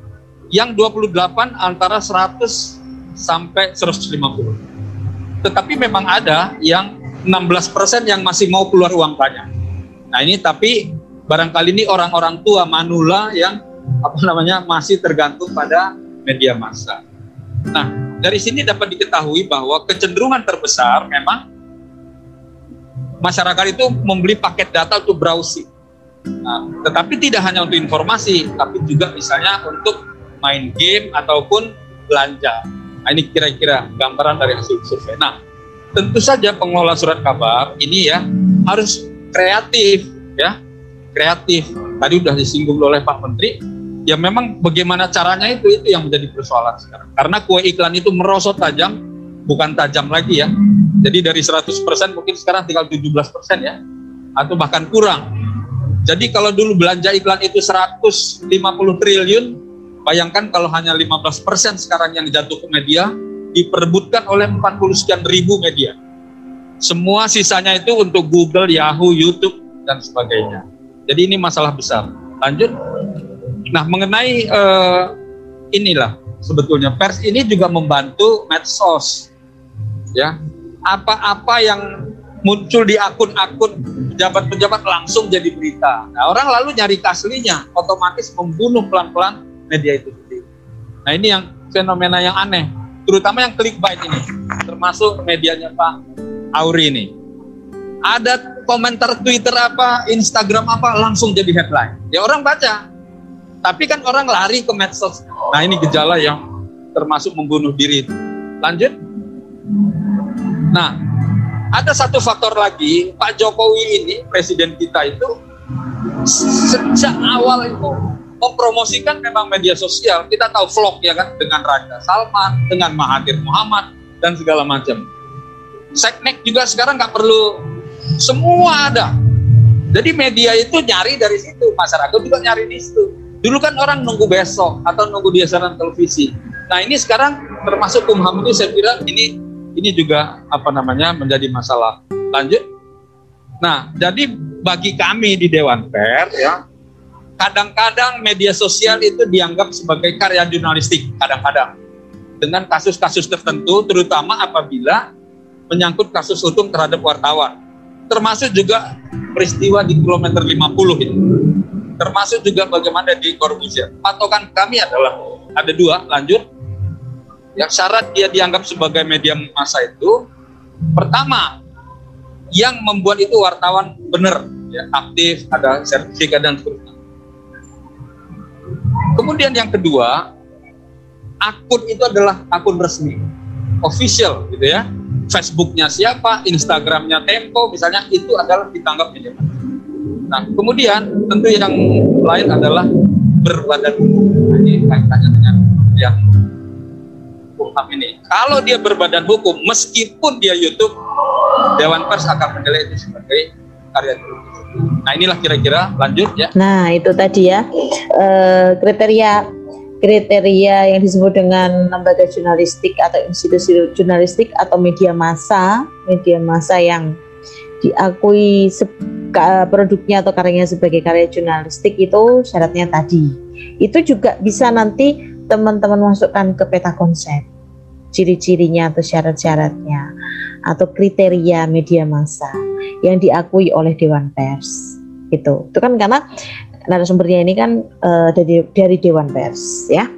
yang dua puluh delapan antara seratus sampai seratus lima puluh. Tetapi memang ada yang enam belas persen yang masih mau keluar uang banyak. Nah ini tapi barangkali ini orang-orang tua manula yang apa namanya masih tergantung pada media massa. Nah dari sini dapat diketahui bahwa kecenderungan terbesar memang masyarakat itu membeli paket data untuk browsing. Nah, tetapi tidak hanya untuk informasi, tapi juga misalnya untuk main game ataupun belanja. Nah, ini kira-kira gambaran dari hasil survei. Nah, tentu saja pengelola surat kabar ini ya harus kreatif, ya kreatif. Tadi sudah disinggung oleh Pak Menteri. Ya memang bagaimana caranya itu itu yang menjadi persoalan sekarang. Karena kue iklan itu merosot tajam, bukan tajam lagi ya. Jadi dari seratus persen mungkin sekarang tinggal tujuh belas persen ya, atau bahkan kurang. Jadi kalau dulu belanja iklan itu seratus lima puluh triliun, bayangkan kalau hanya lima belas persen sekarang yang jatuh ke media, diperebutkan oleh empat puluh sekian ribu media. Semua sisanya itu untuk Google, Yahoo, YouTube, dan sebagainya. Jadi ini masalah besar. Lanjut. Nah mengenai uh, inilah sebetulnya pers ini juga membantu medsos. Ya, apa-apa yang muncul di akun-akun pejabat-pejabat langsung jadi berita. Nah, orang lalu nyari aslinya, otomatis membunuh pelan-pelan media itu sendiri. Nah, ini yang fenomena yang aneh, terutama yang clickbait ini, termasuk medianya Pak Auri ini. Ada komentar Twitter apa, Instagram apa, langsung jadi headline. Ya orang baca, tapi kan orang lari ke medsos. Nah, ini gejala yang termasuk membunuh diri. Lanjut. Nah, ada satu faktor lagi, Pak Jokowi ini, presiden kita itu, sejak awal itu mempromosikan memang media sosial. Kita tahu vlog ya kan, dengan Raja Salman, dengan Mahathir Muhammad, dan segala macam. Seknek juga sekarang nggak perlu, semua ada. Jadi media itu nyari dari situ, masyarakat juga nyari di situ. Dulu kan orang nunggu besok, atau nunggu di siaran televisi. Nah ini sekarang termasuk Kumham itu saya kira ini Ini juga apa namanya menjadi masalah. Lanjut. Nah, jadi bagi kami di Dewan Pers ya, kadang-kadang media sosial itu dianggap sebagai karya jurnalistik, kadang-kadang dengan kasus-kasus tertentu, terutama apabila menyangkut kasus hukum terhadap wartawan. Termasuk juga peristiwa di kilometer lima puluh ini. Termasuk juga bagaimana di Corbusier. Patokan kami adalah ada dua. Lanjut. Yang syarat dia dianggap sebagai media massa itu, pertama, yang membuat itu wartawan benar, ya, aktif, ada sertifikat dan sebagainya. Kemudian yang kedua, akun itu adalah akun resmi, official, gitu ya. Facebooknya siapa, Instagramnya Tempo, misalnya itu adalah ditanggap media massa. Nah, kemudian tentu yang lain adalah berbadan hukum. Nah, ini kaitannya dengan yang Kumham ini. Kalau dia berbadan hukum, meskipun dia YouTube, Dewan Pers akan menilai itu sebagai karya jurnalistik. Nah inilah kira-kira, lanjut ya. Nah itu tadi ya e, kriteria kriteria yang disebut dengan lembaga jurnalistik atau institusi jurnalistik atau media massa, media massa yang diakui produknya atau karyanya sebagai karya jurnalistik itu syaratnya tadi. Itu juga bisa nanti teman-teman masukkan ke peta konsep, ciri-cirinya atau syarat-syaratnya atau kriteria media massa yang diakui oleh Dewan Pers. Itu, itu kan karena narasumbernya ini kan uh, dari dari Dewan Pers, ya.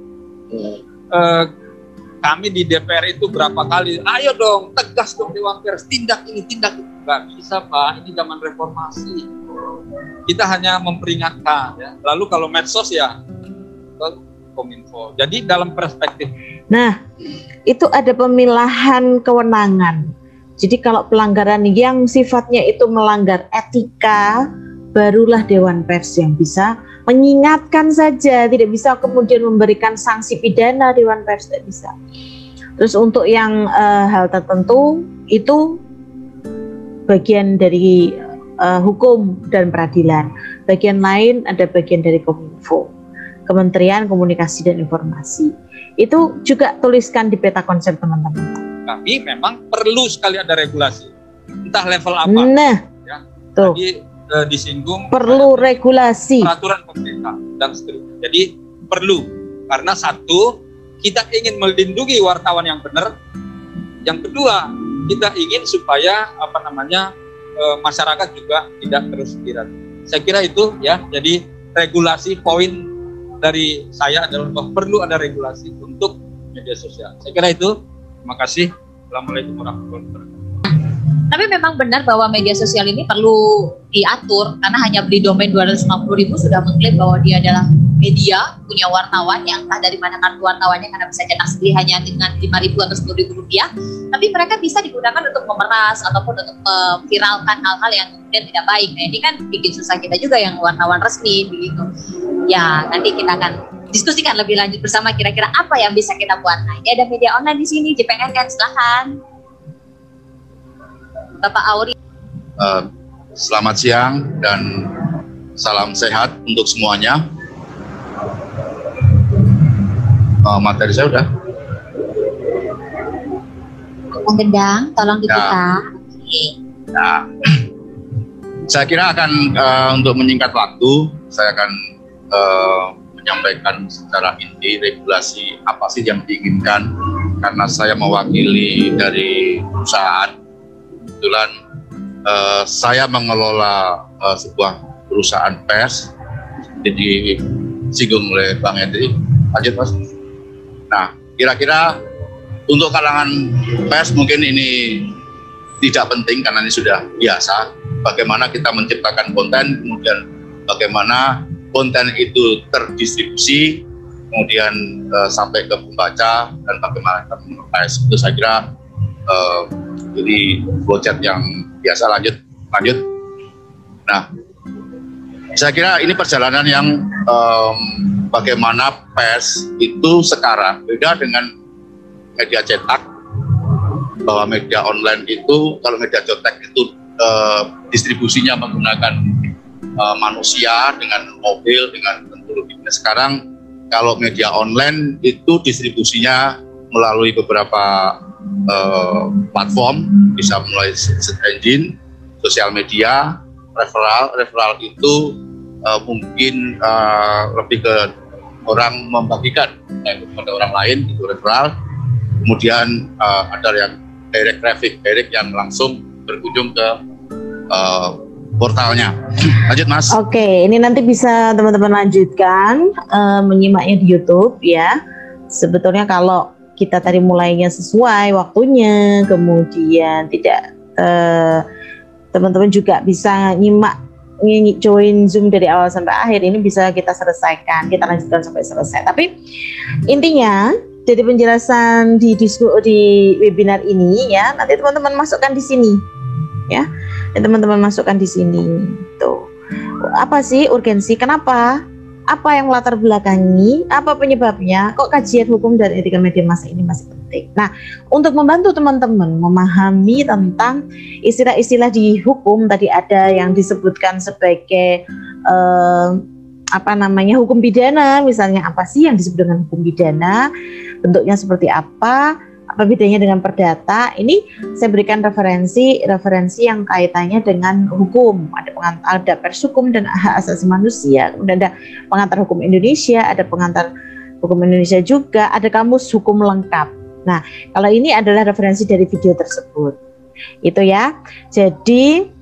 Uh, kami di D P R itu berapa kali, ayo dong, tegas dong Dewan Pers, tindak ini, tindak itu. Nggak bisa Pak, ini zaman reformasi. Kita hanya memperingatkan, ya. Lalu kalau medsos ya, Kominfo. Jadi dalam perspektif. Nah, itu ada pemilahan kewenangan. Jadi kalau pelanggaran yang sifatnya itu melanggar etika, barulah Dewan Pers yang bisa mengingatkan saja, tidak bisa kemudian memberikan sanksi pidana. Dewan Pers tidak bisa. Terus untuk yang uh, hal tertentu itu bagian dari uh, hukum dan peradilan. Bagian lain ada bagian dari Kominfo, Kementerian Komunikasi dan Informasi. Itu juga tuliskan di peta konsep teman-teman. Kami memang perlu sekali ada regulasi, entah level apa. Nah, ya. Tuh. Tadi eh, disinggung perlu regulasi, peraturan pemerintah dan seterusnya. Jadi perlu Karena satu, kita ingin melindungi wartawan yang benar. Yang kedua, kita ingin supaya apa namanya e, masyarakat juga tidak terus diradu. Saya kira itu ya. Jadi regulasi poin dari saya adalah bahwa perlu ada regulasi untuk media sosial. Saya kira itu. Terima kasih. Assalamualaikum warahmatullahi wabarakatuh. Tapi memang benar bahwa media sosial ini perlu diatur karena hanya beli domain dua ratus lima puluh ribu sudah mengklaim bahwa dia adalah media, punya wartawan yang entah dari mana kartu wartawannya karena bisa cetak sendiri hanya dengan lima ribu atau sepuluh ribu rupiah. Tapi mereka bisa digunakan untuk memeras ataupun untuk memviralkan hal-hal yang kemudian tidak baik. Nah ini kan bikin susah kita juga yang wartawan resmi begitu. Ya nanti kita akan diskusikan lebih lanjut bersama kira-kira apa yang bisa kita buat. Nah ini ada media online di sini, J P N kan silahkan. Bapak Auri. Uh, selamat siang dan salam sehat untuk semuanya. Uh, materi saya udah. Bang Gendang, tolong dibuka. Ya. Nah, saya kira akan uh, untuk menyingkat waktu, saya akan uh, menyampaikan secara inti regulasi apa sih yang diinginkan karena saya mewakili dari perusahaan. Kebetulan uh, saya mengelola uh, sebuah perusahaan pers, jadi disinggung oleh Bang Hendri. Lanjut Mas. Nah, kira-kira untuk kalangan pers mungkin ini tidak penting karena ini sudah biasa. Bagaimana kita menciptakan konten, kemudian bagaimana konten itu terdistribusi, kemudian uh, sampai ke pembaca dan bagaimana kita memonetize. Itu saya kira uh, jadi flowchart yang biasa. Lanjut, lanjut. Nah, saya kira ini perjalanan yang um, bagaimana pers itu sekarang beda dengan media cetak, bahwa media online itu, kalau media cetak itu uh, distribusinya menggunakan uh, manusia dengan mobil, dengan teknologinya. Sekarang kalau media online itu distribusinya melalui beberapa Uh, platform, bisa mulai search engine, sosial media, referral. Referral itu uh, mungkin uh, lebih ke orang membagikan eh, kepada orang lain, itu referral. Kemudian uh, ada yang direct traffic, direct yang langsung berkunjung ke uh, portalnya. Lanjut Mas. Oke, ini nanti bisa teman-teman lanjutkan uh, menyimaknya di YouTube ya. Sebetulnya kalau kita tadi mulainya sesuai waktunya, kemudian tidak eh, teman-teman juga bisa nyimak, join Zoom dari awal sampai akhir, ini bisa kita selesaikan, kita lanjutkan sampai selesai. Tapi intinya dari penjelasan di disku, di webinar ini ya, nanti teman-teman masukkan di sini ya, teman-teman masukkan di sini. Tuh, apa sih urgensi? Kenapa? Apa yang latar belakangi, apa penyebabnya, kok kajian hukum dan etika media massa ini masih penting. Nah, untuk membantu teman-teman memahami tentang istilah-istilah di hukum, tadi ada yang disebutkan sebagai eh, apa namanya hukum pidana, misalnya apa sih yang disebut dengan hukum pidana, bentuknya seperti apa, apa bedanya dengan perdata. Ini saya berikan referensi referensi yang kaitannya dengan hukum. Ada pengantar, ada pers hukum dan hak asasi manusia, kemudian ada pengantar hukum Indonesia, ada pengantar hukum Indonesia juga, ada kamus hukum lengkap. Nah, kalau ini adalah referensi dari video tersebut, itu ya. Jadi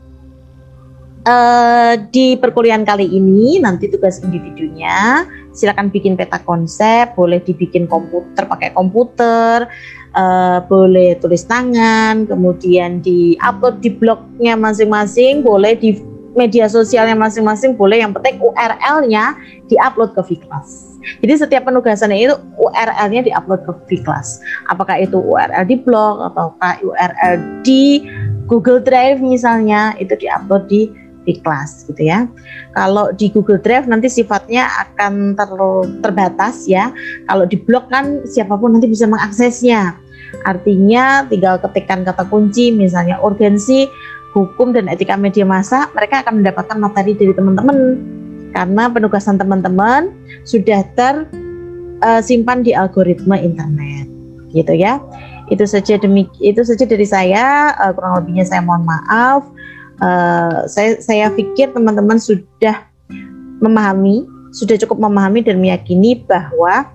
Uh, di perkuliahan kali ini nanti tugas individunya silakan bikin peta konsep, boleh dibikin komputer pakai komputer, uh, boleh tulis tangan, kemudian di-upload di blognya masing-masing, boleh di media sosialnya masing-masing, boleh, yang penting U R L-nya di-upload ke Vclass. Jadi setiap penugasannya itu U R L-nya di-upload ke Vclass. Apakah itu U R L di blog ataukah U R L di Google Drive misalnya, itu di-upload di Vclass gitu ya. Kalau di Google Drive nanti sifatnya akan ter, terbatas ya. Kalau di blog kan siapapun nanti bisa mengaksesnya. Artinya tinggal ketikkan kata kunci misalnya urgensi hukum dan etika media massa, mereka akan mendapatkan materi dari teman-teman karena penugasan teman-teman sudah tersimpan uh, di algoritma internet gitu ya. Itu saja demi itu saja dari saya, uh, kurang lebihnya saya mohon maaf. Uh, saya saya pikir teman-teman sudah memahami, sudah cukup memahami dan meyakini bahwa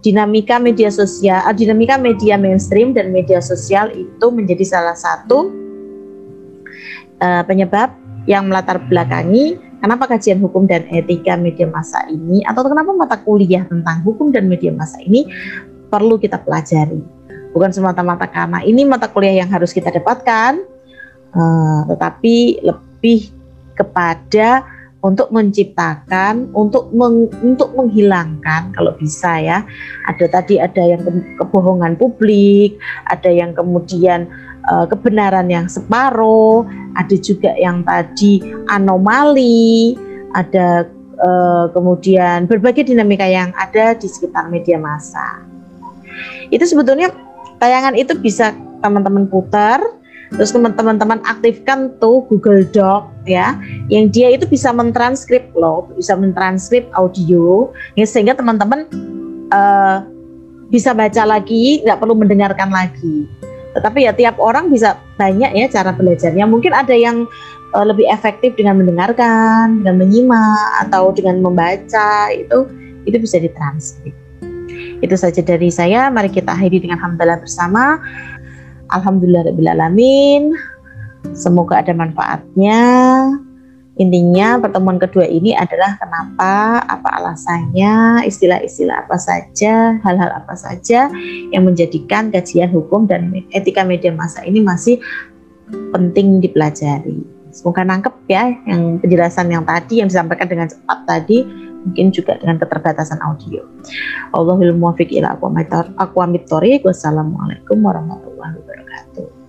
dinamika media sosial, dinamika media mainstream dan media sosial itu menjadi salah satu uh, penyebab yang melatar belakangi kenapa kajian hukum dan etika media massa ini, atau kenapa mata kuliah tentang hukum dan media massa ini perlu kita pelajari. Bukan semata-mata karena ini mata kuliah yang harus kita dapatkan, uh, tetapi lebih kepada untuk menciptakan, untuk meng, untuk menghilangkan kalau bisa ya. Ada tadi ada yang ke, kebohongan publik, ada yang kemudian uh, kebenaran yang separuh, ada juga yang tadi anomali, ada uh, kemudian berbagai dinamika yang ada di sekitar media massa. Itu sebetulnya tayangan itu bisa teman-teman putar. Terus teman-teman aktifkan tuh Google Doc ya, yang dia itu bisa mentranskrip loh, bisa mentranskrip audio, ya, sehingga teman-teman uh, bisa baca lagi, nggak perlu mendengarkan lagi. Tetapi ya tiap orang bisa banyak ya cara belajarnya. Mungkin ada yang uh, lebih efektif dengan mendengarkan, dengan menyimak, atau dengan membaca, itu itu bisa ditranskrip. Itu saja dari saya. Mari kita akhiri dengan hamdalah bersama. Alhamdulillahirabbil alamin. Semoga ada manfaatnya. Intinya pertemuan kedua ini adalah kenapa, apa alasannya, istilah-istilah apa saja, hal-hal apa saja yang menjadikan kajian hukum dan etika media massa ini masih penting dipelajari. Semoga nangkep ya yang penjelasan yang tadi yang disampaikan dengan cepat tadi, mungkin juga dengan keterbatasan audio. Allahul muwaffiq ila aqwamit thoriq. Wassalamualaikum warahmatullahi wabarakatuh.